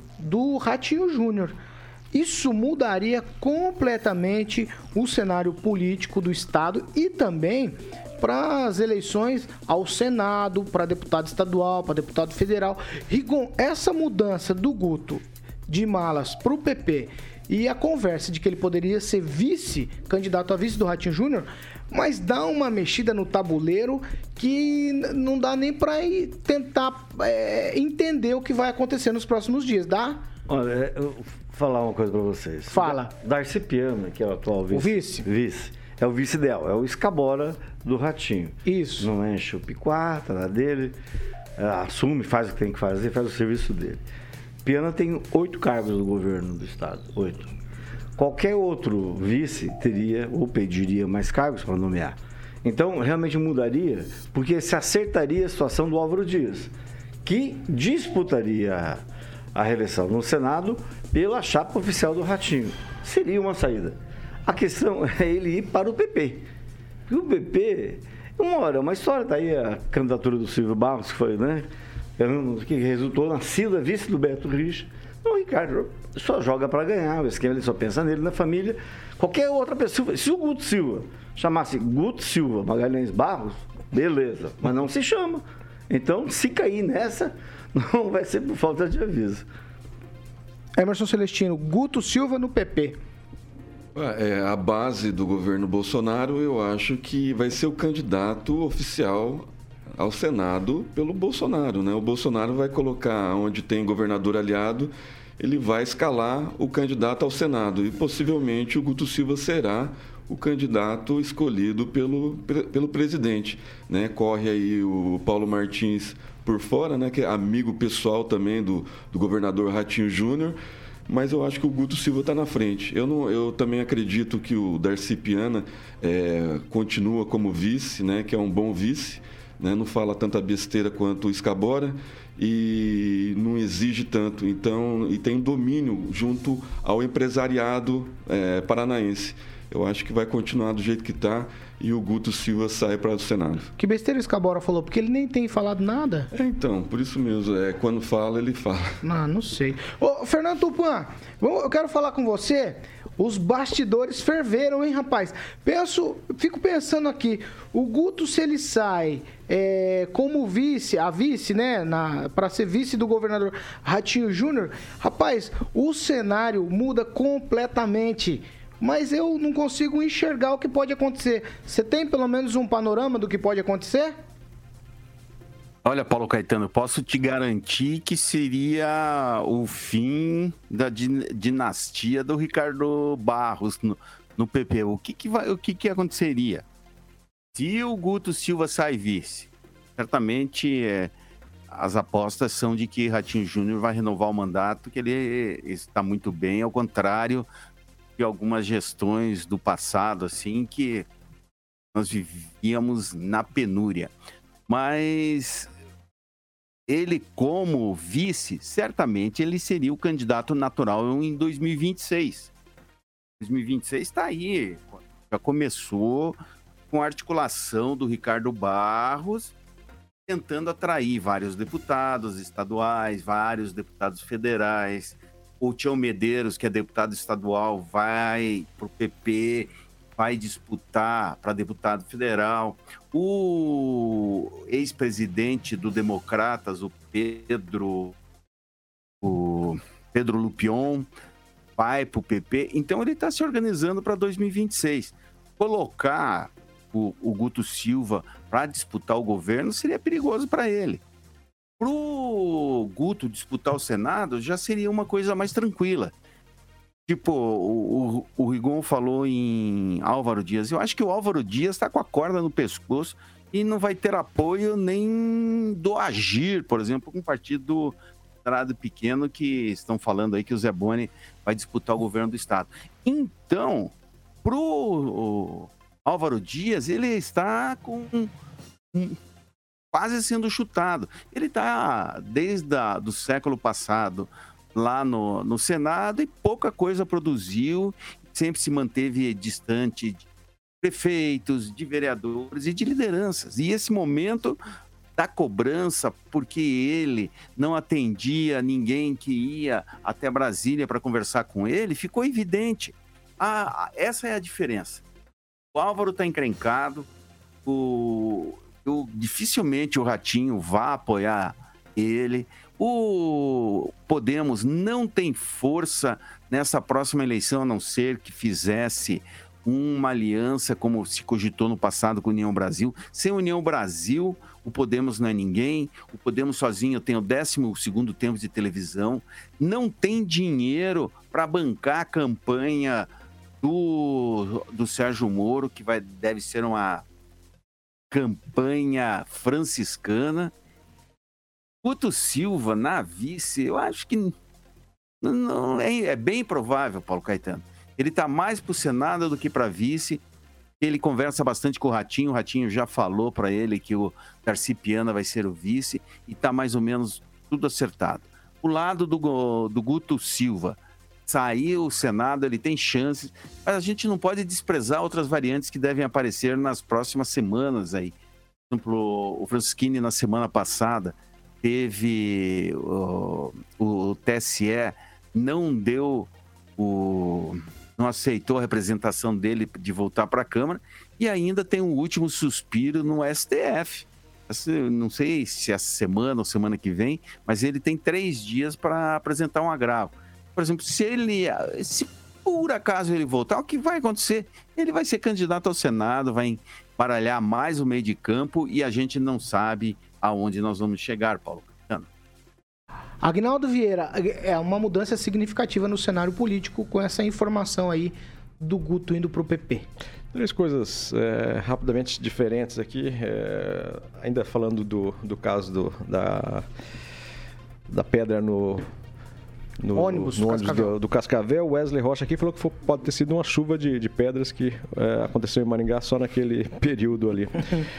do Ratinho Júnior. Isso mudaria completamente o cenário político do estado e também para as eleições ao Senado, para deputado estadual, para deputado federal. Rigon, essa mudança do Guto de malas para o PP e a conversa de que ele poderia ser candidato a vice do Ratinho Júnior, mas dá uma mexida no tabuleiro que não dá nem para tentar entender o que vai acontecer nos próximos dias, dá? Olha, eu vou falar uma coisa para vocês. Fala. Darcy Piana, que é o atual vice. O vice? Vice. É o vice ideal, é o escabora do Ratinho. Isso. Não enche o picuá, tá dele, assume, faz o que tem que fazer, faz o serviço dele. Piana tem 8 cargos no governo do estado, 8. Qualquer outro vice teria ou pediria mais cargos para nomear. Então, realmente mudaria, porque se acertaria a situação do Álvaro Dias, que disputaria a reeleição no Senado pela chapa oficial do Ratinho. Seria uma saída. A questão é ele ir para o PP. E o PP, uma história, tá aí a candidatura do Silvio Barros, que foi, né? Que resultou na Cida, vice do Beto Richa. O Ricardo só joga para ganhar, o esquema ele só pensa nele, na família. Qualquer outra pessoa, se o Guto Silva chamasse Guto Silva Magalhães Barros, beleza, mas não se chama. Então, se cair nessa, não vai ser por falta de aviso. Emerson Celestino, Guto Silva no PP. A base do governo Bolsonaro, eu acho que vai ser o candidato oficial ao Senado pelo Bolsonaro, né? O Bolsonaro vai colocar onde tem governador aliado, ele vai escalar o candidato ao Senado e possivelmente o Guto Silva será o candidato escolhido pelo presidente, né? Corre aí o Paulo Martins por fora, né? Que é amigo pessoal também do governador Ratinho Júnior, mas eu acho que o Guto Silva está na frente. Eu também acredito que o Darcy Piana continua como vice, né? Que é um bom vice, né? Não fala tanta besteira quanto o Scabora e não exige tanto, então, e tem domínio junto ao empresariado paranaense. Eu acho que vai continuar do jeito que está e o Guto Silva sai para o Senado. Que besteira o Scabora falou, porque ele nem tem falado nada. Então, por isso mesmo, quando fala, ele fala. Não sei. Ô, Fernando Tupan, eu quero falar com você. Os bastidores ferveram, hein, rapaz? Fico pensando aqui, o Guto, se ele sai como vice, né, para ser vice do governador Ratinho Júnior, rapaz, o cenário muda completamente. Mas eu não consigo enxergar o que pode acontecer. Você tem pelo menos um panorama do que pode acontecer? Olha, Paulo Caetano, posso te garantir que seria o fim da dinastia do Ricardo Barros no PP. O que aconteceria? Se o Guto Silva sai vice, certamente as apostas são de que Ratinho Júnior vai renovar o mandato, que ele está muito bem, ao contrário de algumas gestões do passado, assim, que nós vivíamos na penúria. Mas ele, como vice, certamente ele seria o candidato natural em 2026. 2026 está aí, já começou com a articulação do Ricardo Barros, tentando atrair vários deputados estaduais, vários deputados federais. O Tião Medeiros, que é deputado estadual, vai para o PP, vai disputar para deputado federal. O ex-presidente do Democratas, o Pedro Lupion, vai para o PP. Então, ele está se organizando para 2026. Colocar o Guto Silva para disputar o governo seria perigoso para ele. Para o Guto disputar o Senado, já seria uma coisa mais tranquila. Tipo, o Rigon falou em Álvaro Dias. Eu acho que o Álvaro Dias está com a corda no pescoço e não vai ter apoio nem do Agir, por exemplo, um partido pequeno que estão falando aí que o Zé Boni vai disputar o governo do Estado. Então, pro Álvaro Dias, ele está com quase sendo chutado. Ele está desde do século passado lá no Senado e pouca coisa produziu, sempre se manteve distante de prefeitos, de vereadores e de lideranças. E esse momento da cobrança, porque ele não atendia ninguém que ia até Brasília para conversar com ele, ficou evidente. Essa é a diferença. O Álvaro está encrencado, dificilmente o Ratinho vai apoiar ele. O Podemos não tem força nessa próxima eleição, a não ser que fizesse uma aliança, como se cogitou no passado com a União Brasil. Sem a União Brasil, o Podemos não é ninguém. O Podemos sozinho tem o 12º tempo de televisão. Não tem dinheiro para bancar a campanha do Sérgio Moro, que deve ser uma campanha franciscana. Guto Silva na vice, eu acho que não é bem provável, Paulo Caetano. Ele está mais para o Senado do que para vice. Ele conversa bastante com o Ratinho já falou para ele que o Darcy Piana vai ser o vice e está mais ou menos tudo acertado. O lado do Guto Silva, saiu o Senado, ele tem chances, mas a gente não pode desprezar outras variantes que devem aparecer nas próximas semanas aí. Por exemplo, o Francisquini na semana passada teve o TSE não aceitou a representação dele de voltar para a Câmara e ainda tem um último suspiro no STF. Não sei se essa semana ou semana que vem, mas ele tem 3 dias para apresentar um agravo. Por exemplo, se por acaso ele voltar, o que vai acontecer? Ele vai ser candidato ao Senado, vai embaralhar mais o meio de campo e a gente não sabe aonde nós vamos chegar, Paulo Caetano. Agnaldo Vieira, é uma mudança significativa no cenário político com essa informação aí do Guto indo para o PP. Três coisas rapidamente diferentes aqui. Ainda falando do caso da pedra no ônibus do Cascavel, o Wesley Rocha aqui falou que pode ter sido uma chuva de pedras que aconteceu em Maringá só naquele período ali.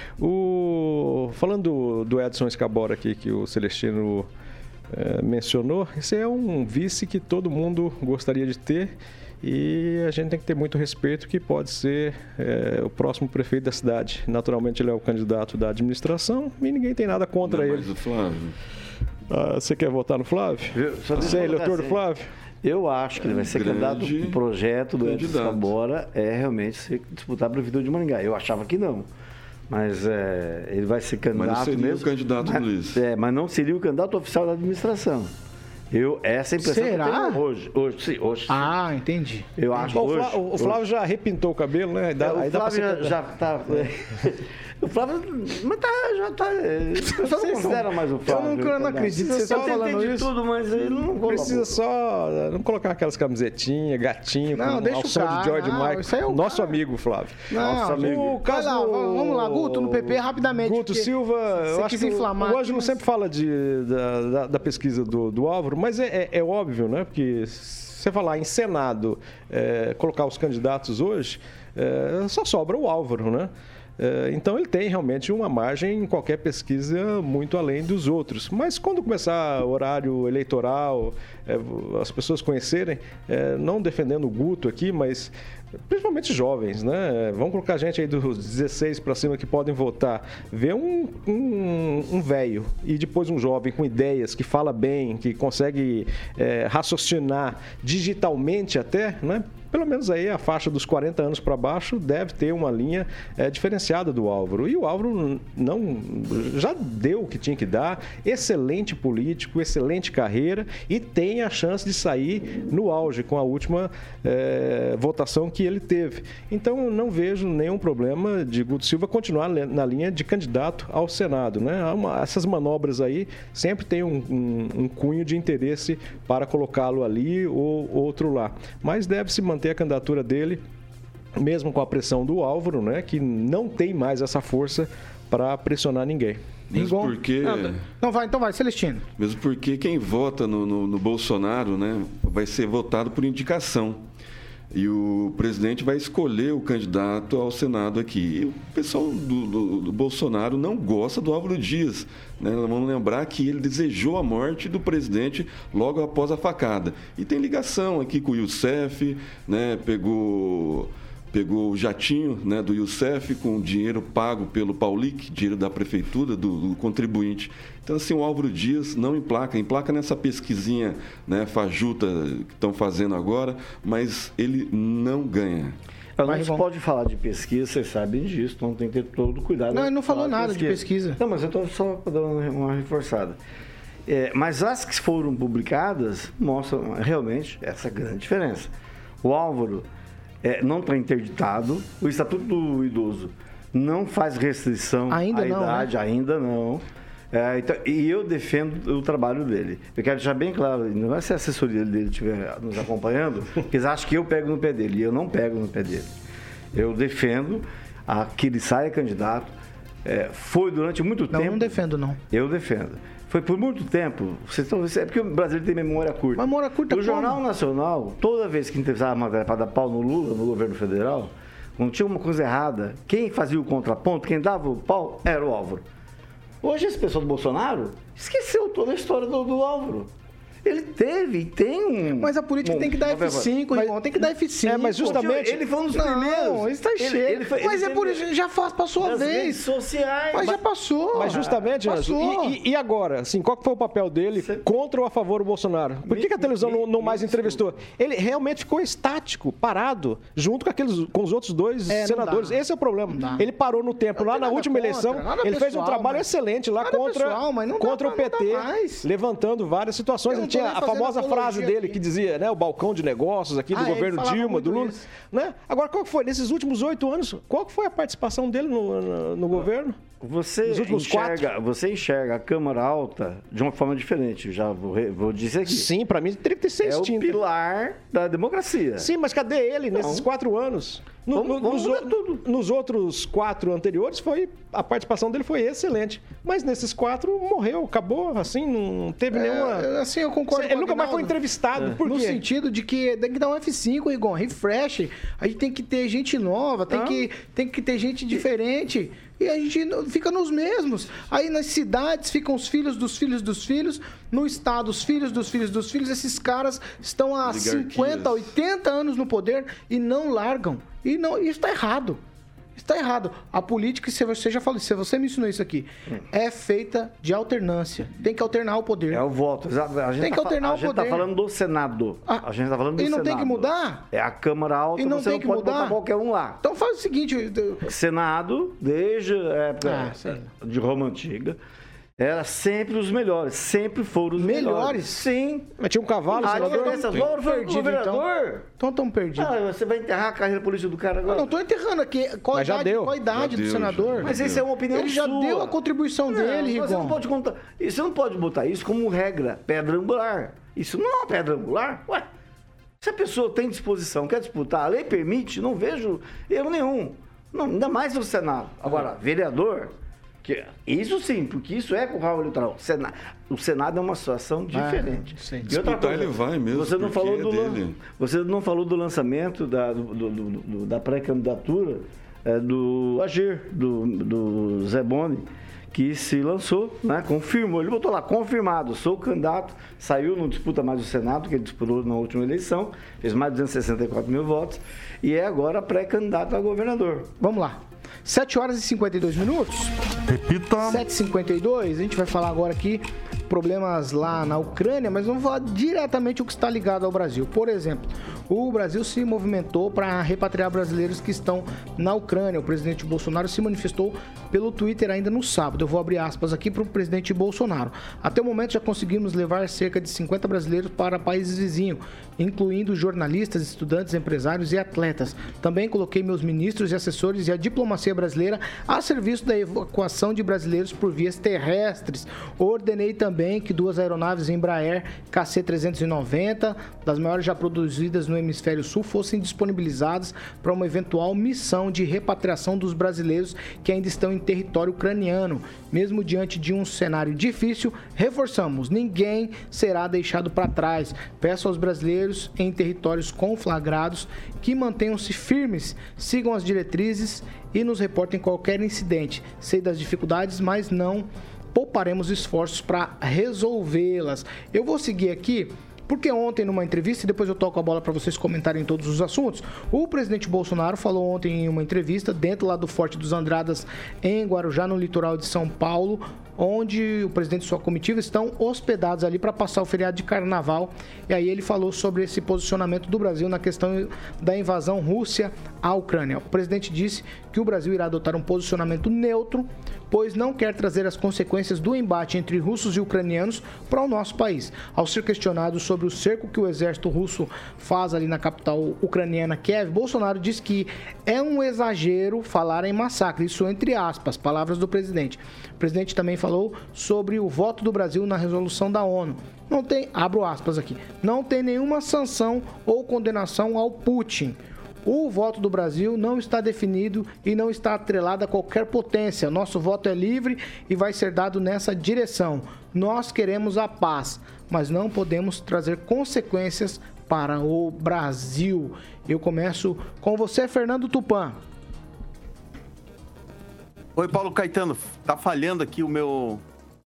Falando do Edson Escabora aqui, que o Celestino mencionou, esse é um vice que todo mundo gostaria de ter. E a gente tem que ter muito respeito que pode ser o próximo prefeito da cidade. Naturalmente ele é o candidato da administração e ninguém tem nada contra ele. Mas o Flávio... você quer votar no Flávio? Você é eleitor do Flávio? Eu acho que ele vai ser candidato. O projeto do Edson Escabora é realmente disputar a prefeitura de Maringá. Eu achava que não. Mas ele vai ser candidato mesmo. Mas não seria o candidato, Luiz. Mas não seria o candidato oficial da administração. Essa impressão Será? que eu tenho hoje. Ah, entendi. Eu acho hoje. O Flávio já repintou o cabelo, né? O Flávio já tá... O Flávio... Mas já tá... O pessoal não considera mais o Flávio. Eu não acredito que você está falando isso. Tudo, mas ele não precisa só não colocar aquelas camisetinhas, gatinho, não, com ao som de George Michael. Nosso amigo, Flávio. Nosso amigo. O caso, vamos lá, Guto, no PP, rapidamente. Guto Silva, eu acho que o Ângelo sempre fala da pesquisa do Álvaro, mas é óbvio, né? Porque se você falar em Senado, colocar os candidatos hoje, só sobra o Álvaro, né? Então ele tem realmente uma margem em qualquer pesquisa muito além dos outros. Mas quando começar o horário eleitoral, as pessoas conhecerem, não defendendo o Guto aqui, mas principalmente jovens, né? Vamos colocar gente aí dos 16 para cima que podem votar. Ver um velho e depois um jovem com ideias, que fala bem, que consegue raciocinar digitalmente até, né? Pelo menos aí a faixa dos 40 anos para baixo deve ter uma linha diferenciada do Álvaro. E o Álvaro já deu o que tinha que dar, excelente político, excelente carreira e tem a chance de sair no auge com a última votação que ele teve. Então não vejo nenhum problema de Guto Silva continuar na linha de candidato ao Senado, né? Essas manobras aí sempre tem um cunho de interesse para colocá-lo ali ou outro lá. Mas deve se manter a candidatura dele, mesmo com a pressão do Álvaro, né, que não tem mais essa força para pressionar ninguém. Mesmo porque... Então vai, Celestino. Mesmo porque quem vota no Bolsonaro, né, vai ser votado por indicação. E o presidente vai escolher o candidato ao Senado aqui. E o pessoal do Bolsonaro não gosta do Álvaro Dias, né? Vamos lembrar que ele desejou a morte do presidente logo após a facada. E tem ligação aqui com o Youssef, né? Pegou o jatinho, né, do Youssef com dinheiro pago pelo Paulic, dinheiro da prefeitura, do contribuinte. Então, assim, o Álvaro Dias não emplaca nessa pesquisinha, né, fajuta que estão fazendo agora, mas ele não ganha. Não se pode falar de pesquisa, vocês sabem disso, então tem que ter todo cuidado. Não, ele não falou nada de pesquisa. Não, mas eu estou só dando uma reforçada. Mas as que foram publicadas mostram realmente essa grande diferença. O Álvaro não está interditado, o Estatuto do Idoso não faz restrição à idade, ainda não. Então, e eu defendo o trabalho dele. Eu quero deixar bem claro, não é se a assessoria dele estiver nos acompanhando, porque eles acham que eu pego no pé dele, e eu não pego no pé dele. Eu defendo que ele saia candidato. Foi durante muito tempo... Não defendo, não. Eu defendo. Foi por muito tempo. É porque o Brasil tem memória curta. Memória curta. O Jornal Nacional, toda vez que interessava matéria para dar pau no Lula, no governo federal, quando tinha uma coisa errada, quem fazia o contraponto, quem dava o pau, era o Álvaro. Hoje, esse pessoal do Bolsonaro esqueceu toda a história do Álvaro. Ele tem Mas a política tem que dar F5, irmão. Tem que dar F5. Mas justamente... Ele foi um dos primeiros. Não, isso tá cheio. Mas por isso, já passou a vez. Redes sociais. Mas já passou. Mas justamente, e agora? Assim, qual que foi o papel dele contra ou a favor do Bolsonaro? Por que a televisão não mais entrevistou? Ele realmente ficou estático, parado, junto com os outros dois senadores. Esse é o problema. Ele parou no tempo. Lá na última eleição, ele fez um trabalho excelente lá contra o PT, levantando várias situações. Tinha a famosa frase dele que dizia, né, o balcão de negócios aqui do governo Dilma, do Lula, né? Agora, qual que foi? Nesses últimos 8 anos, qual que foi a participação dele no governo? Você enxerga a Câmara Alta de uma forma diferente, já vou dizer aqui. Sim, para mim teria que ter ser extinto. É o pilar da democracia. Sim, mas cadê ele nesses 4 anos? Nos outros 4 anteriores, a participação dele foi excelente. Mas nesses 4, morreu, acabou, assim, não teve nenhuma... Assim, eu concordo Ele nunca mais foi entrevistado, por quê? No sentido de que tem que dar um F5, Igor, refresh. A gente tem que ter gente nova, tem que ter gente diferente. E a gente fica nos mesmos. Aí nas cidades ficam os filhos dos filhos dos filhos. No estado, os filhos dos filhos dos filhos. Esses caras estão há 50, 80 anos no poder e não largam. E isso está errado. Está errado. A política, você já falou, se você me ensinou isso aqui, é feita de alternância. Tem que alternar o poder. É o voto, exato. Tem que alternar o poder. A gente está falando do Senado. A gente está falando do Senado. E não tem que mudar? É a Câmara Alta, e não você tem não que pode mudar? botar qualquer um lá. Então faz o seguinte... Senado, desde a época de Roma Antiga, era sempre os melhores. Sempre foram os melhores. Sim. Mas tinha um cavalo, senador. Agora foi o governador. Então estão perdidos. Você vai enterrar a carreira política do cara agora? Eu não estou enterrando aqui. Qual a idade do senador? Mas isso é uma opinião Ele já deu a contribuição dele, Rigon. Você não pode contar. Você não pode botar isso como regra, pedra angular. Isso não é uma pedra angular. Ué, se a pessoa tem disposição, quer disputar, a lei permite, não vejo erro nenhum. Não, ainda mais no Senado. Agora, vereador... Isso sim, porque isso é curral eleitoral. O Senado é uma situação diferente. E outra coisa, ele vai mesmo. Você não falou do lançamento da pré-candidatura do Agir, do Zé Boni, que se lançou, né? Confirmou. Ele botou lá, confirmado, sou candidato, saiu, não disputa mais o Senado, que ele disputou na última eleição, fez mais de 264 mil votos, e é agora pré-candidato a governador. Vamos lá. 7 horas e 52 minutos. Repita. 7h52. A gente vai falar agora aqui problemas lá na Ucrânia, mas vamos falar diretamente o que está ligado ao Brasil. Por exemplo, o Brasil se movimentou para repatriar brasileiros que estão na Ucrânia. O presidente Bolsonaro se manifestou pelo Twitter ainda no sábado. Eu vou abrir aspas aqui para o presidente Bolsonaro. Até o momento já conseguimos levar cerca de 50 brasileiros para países vizinhos, incluindo jornalistas, estudantes, empresários e atletas. Também coloquei meus ministros e assessores e a diplomacia brasileira a serviço da evacuação de brasileiros por vias terrestres. Ordenei também que 2 aeronaves Embraer KC-390, das maiores já produzidas no hemisfério sul, fossem disponibilizadas para uma eventual missão de repatriação dos brasileiros que ainda estão em território ucraniano. Mesmo diante de um cenário difícil, reforçamos, ninguém será deixado para trás. Peço aos brasileiros em territórios conflagrados que mantenham-se firmes, sigam as diretrizes e nos reportem qualquer incidente. Sei das dificuldades, mas não pouparemos esforços para resolvê-las. Eu vou seguir aqui, porque ontem numa entrevista, e depois eu toco a bola para vocês comentarem todos os assuntos, o presidente Bolsonaro falou ontem em uma entrevista, dentro lá do Forte dos Andradas, em Guarujá, no litoral de São Paulo, onde o presidente e sua comitiva estão hospedados ali para passar o feriado de carnaval. E aí ele falou sobre esse posicionamento do Brasil na questão da invasão Rússia à Ucrânia. O presidente disse que o Brasil irá adotar um posicionamento neutro, pois não quer trazer as consequências do embate entre russos e ucranianos para o nosso país. Ao ser questionado sobre o cerco que o exército russo faz ali na capital ucraniana, Kiev, Bolsonaro disse que é um exagero falar em massacre, isso entre aspas, palavras do presidente. O presidente também falou sobre o voto do Brasil na resolução da ONU. Não tem, abro aspas aqui, não tem nenhuma sanção ou condenação ao Putin. O voto do Brasil não está definido e não está atrelado a qualquer potência. Nosso voto é livre e vai ser dado nessa direção. Nós queremos a paz, mas não podemos trazer consequências para o Brasil. Eu começo com você, Fernando Tupan. Oi, Paulo Caetano. Tá falhando aqui o meu...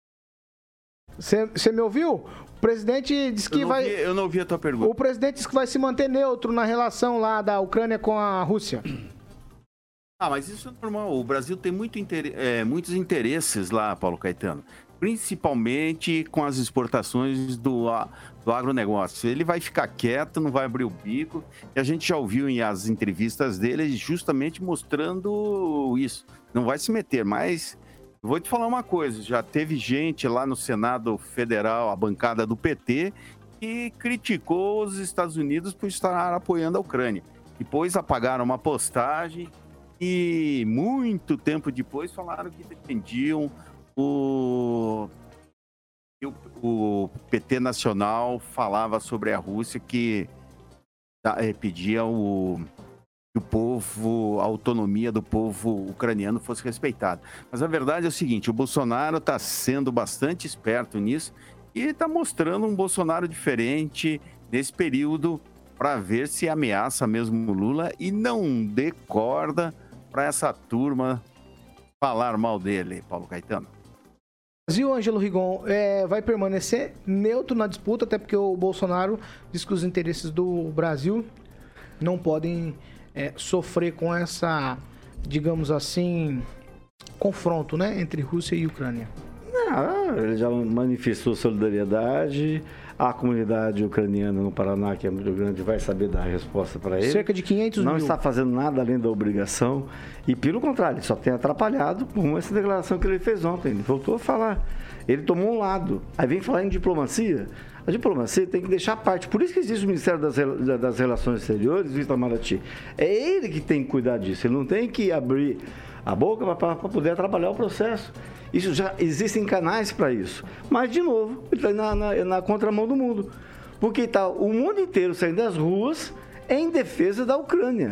Você me ouviu? O presidente disse que Eu não ouvi a tua pergunta. O presidente disse que vai se manter neutro na relação lá da Ucrânia com a Rússia. Mas isso é normal. O Brasil tem muitos interesses lá, Paulo Caetano. Principalmente com as exportações do agronegócio. Ele vai ficar quieto, não vai abrir o bico. E a gente já ouviu em as entrevistas dele justamente mostrando isso. Não vai se meter, mas... Vou te falar uma coisa, já teve gente lá no Senado Federal, a bancada do PT, que criticou os Estados Unidos por estar apoiando a Ucrânia. Depois apagaram uma postagem E muito tempo depois falaram que defendiam o PT Nacional falava sobre a Rússia que pedia que o povo, a autonomia do povo ucraniano fosse respeitada. Mas a verdade é o seguinte, o Bolsonaro está sendo bastante esperto nisso e está mostrando um Bolsonaro diferente nesse período para ver se ameaça mesmo o Lula e não dê corda para essa turma falar mal dele, Paulo Caetano. O Brasil, Ângelo Rigon, vai permanecer neutro na disputa, até porque o Bolsonaro diz que os interesses do Brasil não podem sofrer com essa, digamos assim, confronto, né, entre Rússia e Ucrânia. Ele já manifestou solidariedade. A comunidade ucraniana no Paraná, que é muito grande, vai saber dar a resposta para ele. Cerca de 500 mil. Não está fazendo nada além da obrigação. E, pelo contrário, ele só tem atrapalhado com essa declaração que ele fez ontem. Ele voltou a falar. Ele tomou um lado. Aí vem falar em diplomacia. A diplomacia tem que deixar parte. Por isso que existe o Ministério das Relações Exteriores, o Itamaraty. É ele que tem que cuidar disso. Ele não tem que abrir a boca para poder atrapalhar o processo. Isso já existem canais para isso. Mas, de novo, ele está na contramão do mundo. Porque está o mundo inteiro saindo das ruas em defesa da Ucrânia.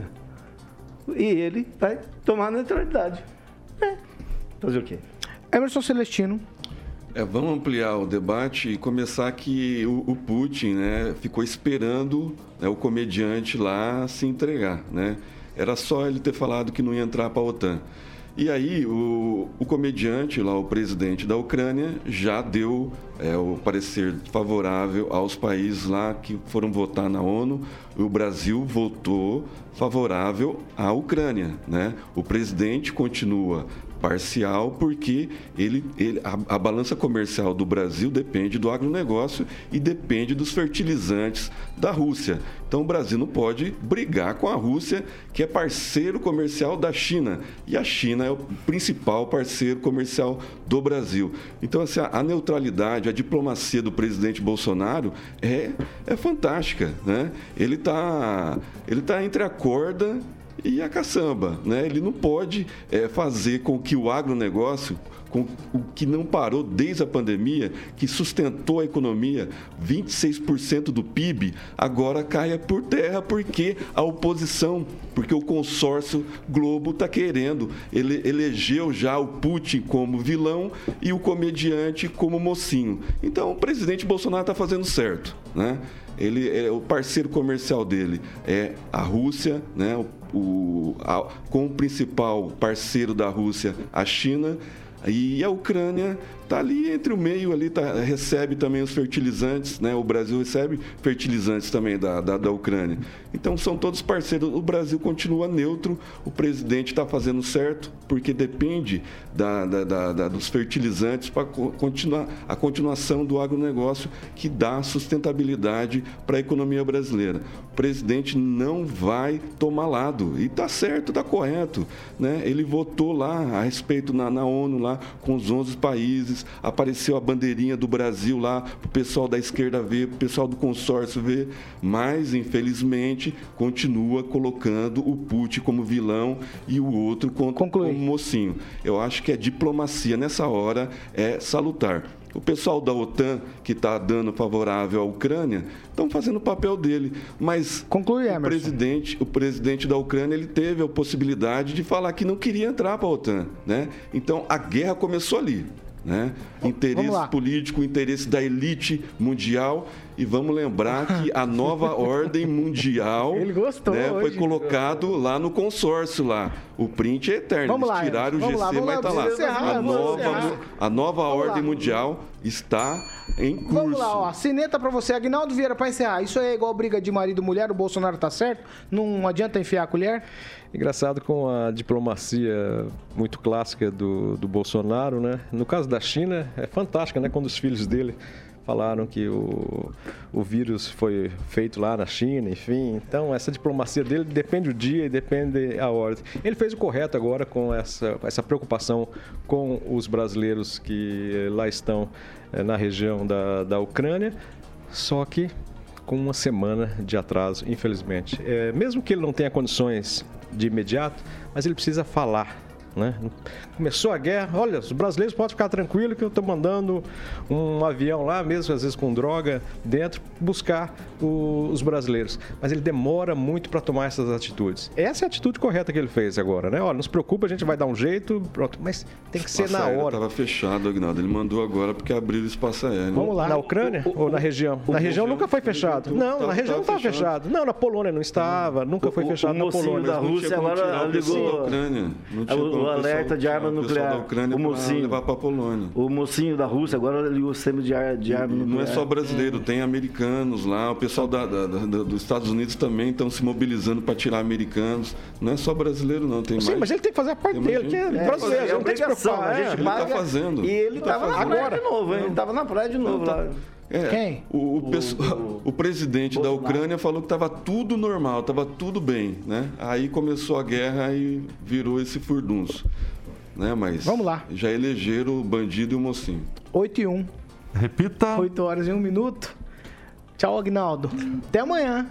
E ele vai tomar neutralidade. Fazer o quê? Emerson Celestino. Vamos ampliar o debate e começar que o Putin, né, ficou esperando, né, o comediante lá se entregar, né? Era só ele ter falado que não ia entrar para a OTAN. E aí o comediante, lá o presidente da Ucrânia, já deu o parecer favorável aos países lá que foram votar na ONU. O Brasil votou favorável à Ucrânia, né? O presidente continua parcial porque a balança comercial do Brasil depende do agronegócio e depende dos fertilizantes da Rússia. Então o Brasil não pode brigar com a Rússia, que é parceiro comercial da China. E a China é o principal parceiro comercial do Brasil. Então assim, a neutralidade, a diplomacia do presidente Bolsonaro é fantástica, né? Ele tá entre a corda e a caçamba, né? Ele não pode fazer com que o agronegócio, com o que não parou desde a pandemia, que sustentou a economia, 26% do PIB, agora caia por terra porque a oposição, porque o consórcio Globo está querendo. Ele elegeu já o Putin como vilão e o comediante como mocinho. Então o presidente Bolsonaro está fazendo certo, né? O parceiro comercial dele é a Rússia, né? Com o principal parceiro da Rússia, a China, e a Ucrânia está ali entre o meio, ali recebe também os fertilizantes, né? O Brasil recebe fertilizantes também da Ucrânia. Então são todos parceiros. O Brasil continua neutro, o presidente está fazendo certo, porque depende dos fertilizantes para a continuação do agronegócio que dá sustentabilidade para a economia brasileira. O presidente não vai tomar lado, e está certo, está correto, né? Ele votou lá a respeito na ONU, lá com os 11 países, apareceu a bandeirinha do Brasil lá para o pessoal da esquerda ver, para o pessoal do consórcio ver, mas infelizmente continua colocando o Putin como vilão e o outro como mocinho. Eu acho que a diplomacia nessa hora é salutar. O pessoal da OTAN, que está dando favorável à Ucrânia, estão fazendo o papel dele. Mas o presidente da Ucrânia, ele teve a possibilidade de falar que não queria entrar para a OTAN, né? Então, a guerra começou ali, né? Interesse político, interesse da elite mundial. E vamos lembrar que a nova ordem mundial foi colocado lá no consórcio lá. O print é eterno. Eles tiraram o GC, mas está lá. A nova ordem mundial está em curso. Vamos lá, ó. Sineta para você. Aguinaldo Vieira, para encerrar. Isso é igual briga de marido e mulher, o Bolsonaro tá certo? Não adianta enfiar a colher? Engraçado com a diplomacia muito clássica do Bolsonaro, né? No caso da China, é fantástica, né? Quando os filhos dele falaram que o vírus foi feito lá na China, enfim. Então, essa diplomacia dele depende do dia e depende a ordem. Ele fez o correto agora com essa preocupação com os brasileiros que lá estão na região da Ucrânia, só que com uma semana de atraso, infelizmente. Mesmo que ele não tenha condições de imediato, mas ele precisa falar. Né? Começou a guerra, olha, os brasileiros podem ficar tranquilos que eu estou mandando um avião lá, mesmo às vezes com droga dentro, buscar os brasileiros. Mas ele demora muito para tomar essas atitudes. Essa é a atitude correta que ele fez agora, né? Olha, não se preocupa, a gente vai dar um jeito, pronto. Mas tem que ser na hora. Estava fechado, Aguinaldo. Ele mandou agora porque abriu o espaço aéreo. Vamos lá. Na Ucrânia ou na região? Na região nunca foi fechado. Não, na região não estava fechado. Não, na Polônia não estava, nunca foi fechado na Polônia. Da Rússia agora ligou. Da Ucrânia. Não tinha o alerta de arma nuclear. Da Ucrânia, o mocinho levar para a Polônia. O mocinho da Rússia agora ligou o sistema de arma nuclear. Não é só brasileiro, tem americanos lá. O pessoal dos Estados Unidos também estão se mobilizando para tirar americanos. Não é só brasileiro, não. Tem mais. Mas ele tem que fazer a parte dele, que é brasileiro. É obrigação. A gente paga. Ele está fazendo. E ele estava na praia de novo, hein? Ele estava na praia de novo lá. Quem? O presidente da Ucrânia falou que estava tudo normal, estava tudo bem, né? Aí começou a guerra e virou esse furdunço. Né? Mas vamos lá. Já elegeram o bandido e o mocinho. 8h01. Repita. 8 horas e 1 minuto. Tchau, Aguinaldo. Até amanhã.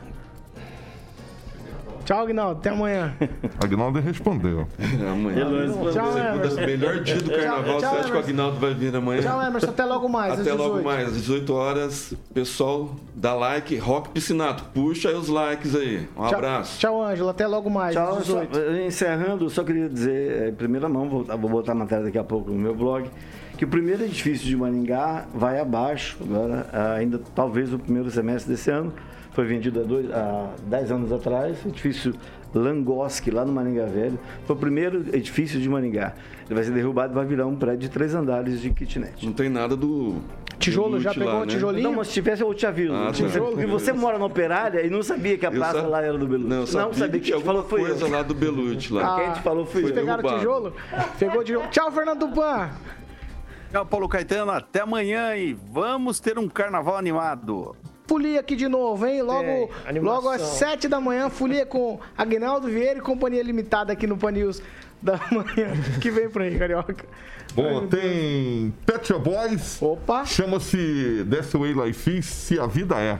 Tchau, Aguinaldo. Até amanhã. Aguinaldo respondeu. Amanhã. Tchau, Emerson. Melhor dia do carnaval. Você acha que o Aguinaldo vai vir amanhã? Tchau, Emerson. Até logo mais. Até logo mais. Às 18 horas. Pessoal, dá like. Rock Piscinato. Puxa aí os likes aí. Um abraço. Tchau, Ângelo. Até logo mais. Tchau. Encerrando, só queria dizer, em primeira mão, vou botar a matéria daqui a pouco no meu blog, que o primeiro edifício de Maringá vai abaixo, agora, ainda talvez o primeiro semestre desse ano. Foi vendido há 10 anos atrás, o edifício Langoski, lá no Maringá Velho. Foi o primeiro edifício de Maringá. Ele vai ser derrubado e vai virar um prédio de 3 andares de kitnet. Não tem nada do... Tijolo, já pegou o tijolinho? Não, mas se tivesse eu te aviso. Porque você mora na Operária e não sabia que a praça lá era do Belucci. Não sabia que tinha alguma coisa lá do Belucci. Lá. Quem te falou foi eu. Vocês pegaram o tijolo? Pegou o tijolo. Tchau, Fernando Tupan. Tchau, Paulo Caetano. Até amanhã e vamos ter um carnaval animado. Folia aqui de novo, hein? Logo às 7 da manhã, folia com Aguinaldo Vieira e Companhia Limitada aqui no Pan News da manhã. Que vem por aí, Carioca. Bom, tem Pet Shop Boys. Opa. Chama-se That's the Way Life Is, Se a Vida É.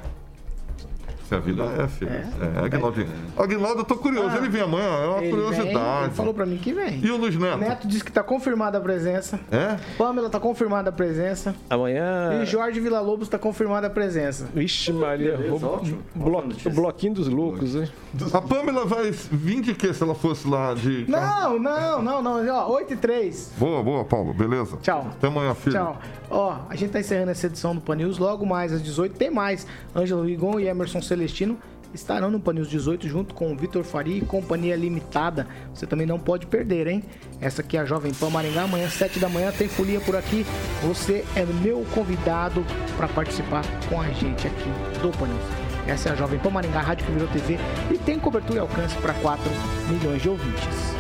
Se a vida é, filho. Aguinaldo. Aguinaldo, eu tô curioso. Ele vem amanhã, é uma curiosidade. Ele falou pra mim que vem. E o Luiz Neto? Neto disse que tá confirmada a presença. É? Pamela tá confirmada a presença. Amanhã... E Jorge Villa-Lobos tá confirmada a presença. Vixe, Maria. O bloquinho dos loucos, hein? A Pamela vai vir de quê se ela fosse lá de... Não. Ó, 8h03. Boa, Paulo. Beleza. Tchau. Até amanhã, filho. Tchau. Ó, a gente tá encerrando essa edição do Pan News. Logo mais às 18 tem mais. Ângelo Rigon e Emerson Celestino estarão no Pan News 18 junto com o Vitor Faria e Companhia Limitada. Você também não pode perder, hein? Essa aqui é a Jovem Pan Maringá. Amanhã, 7 da manhã, tem folia por aqui. Você é meu convidado para participar com a gente aqui do Pan News. Essa é a Jovem Pan Maringá, rádio que virou TV e tem cobertura e alcance para 4 milhões de ouvintes.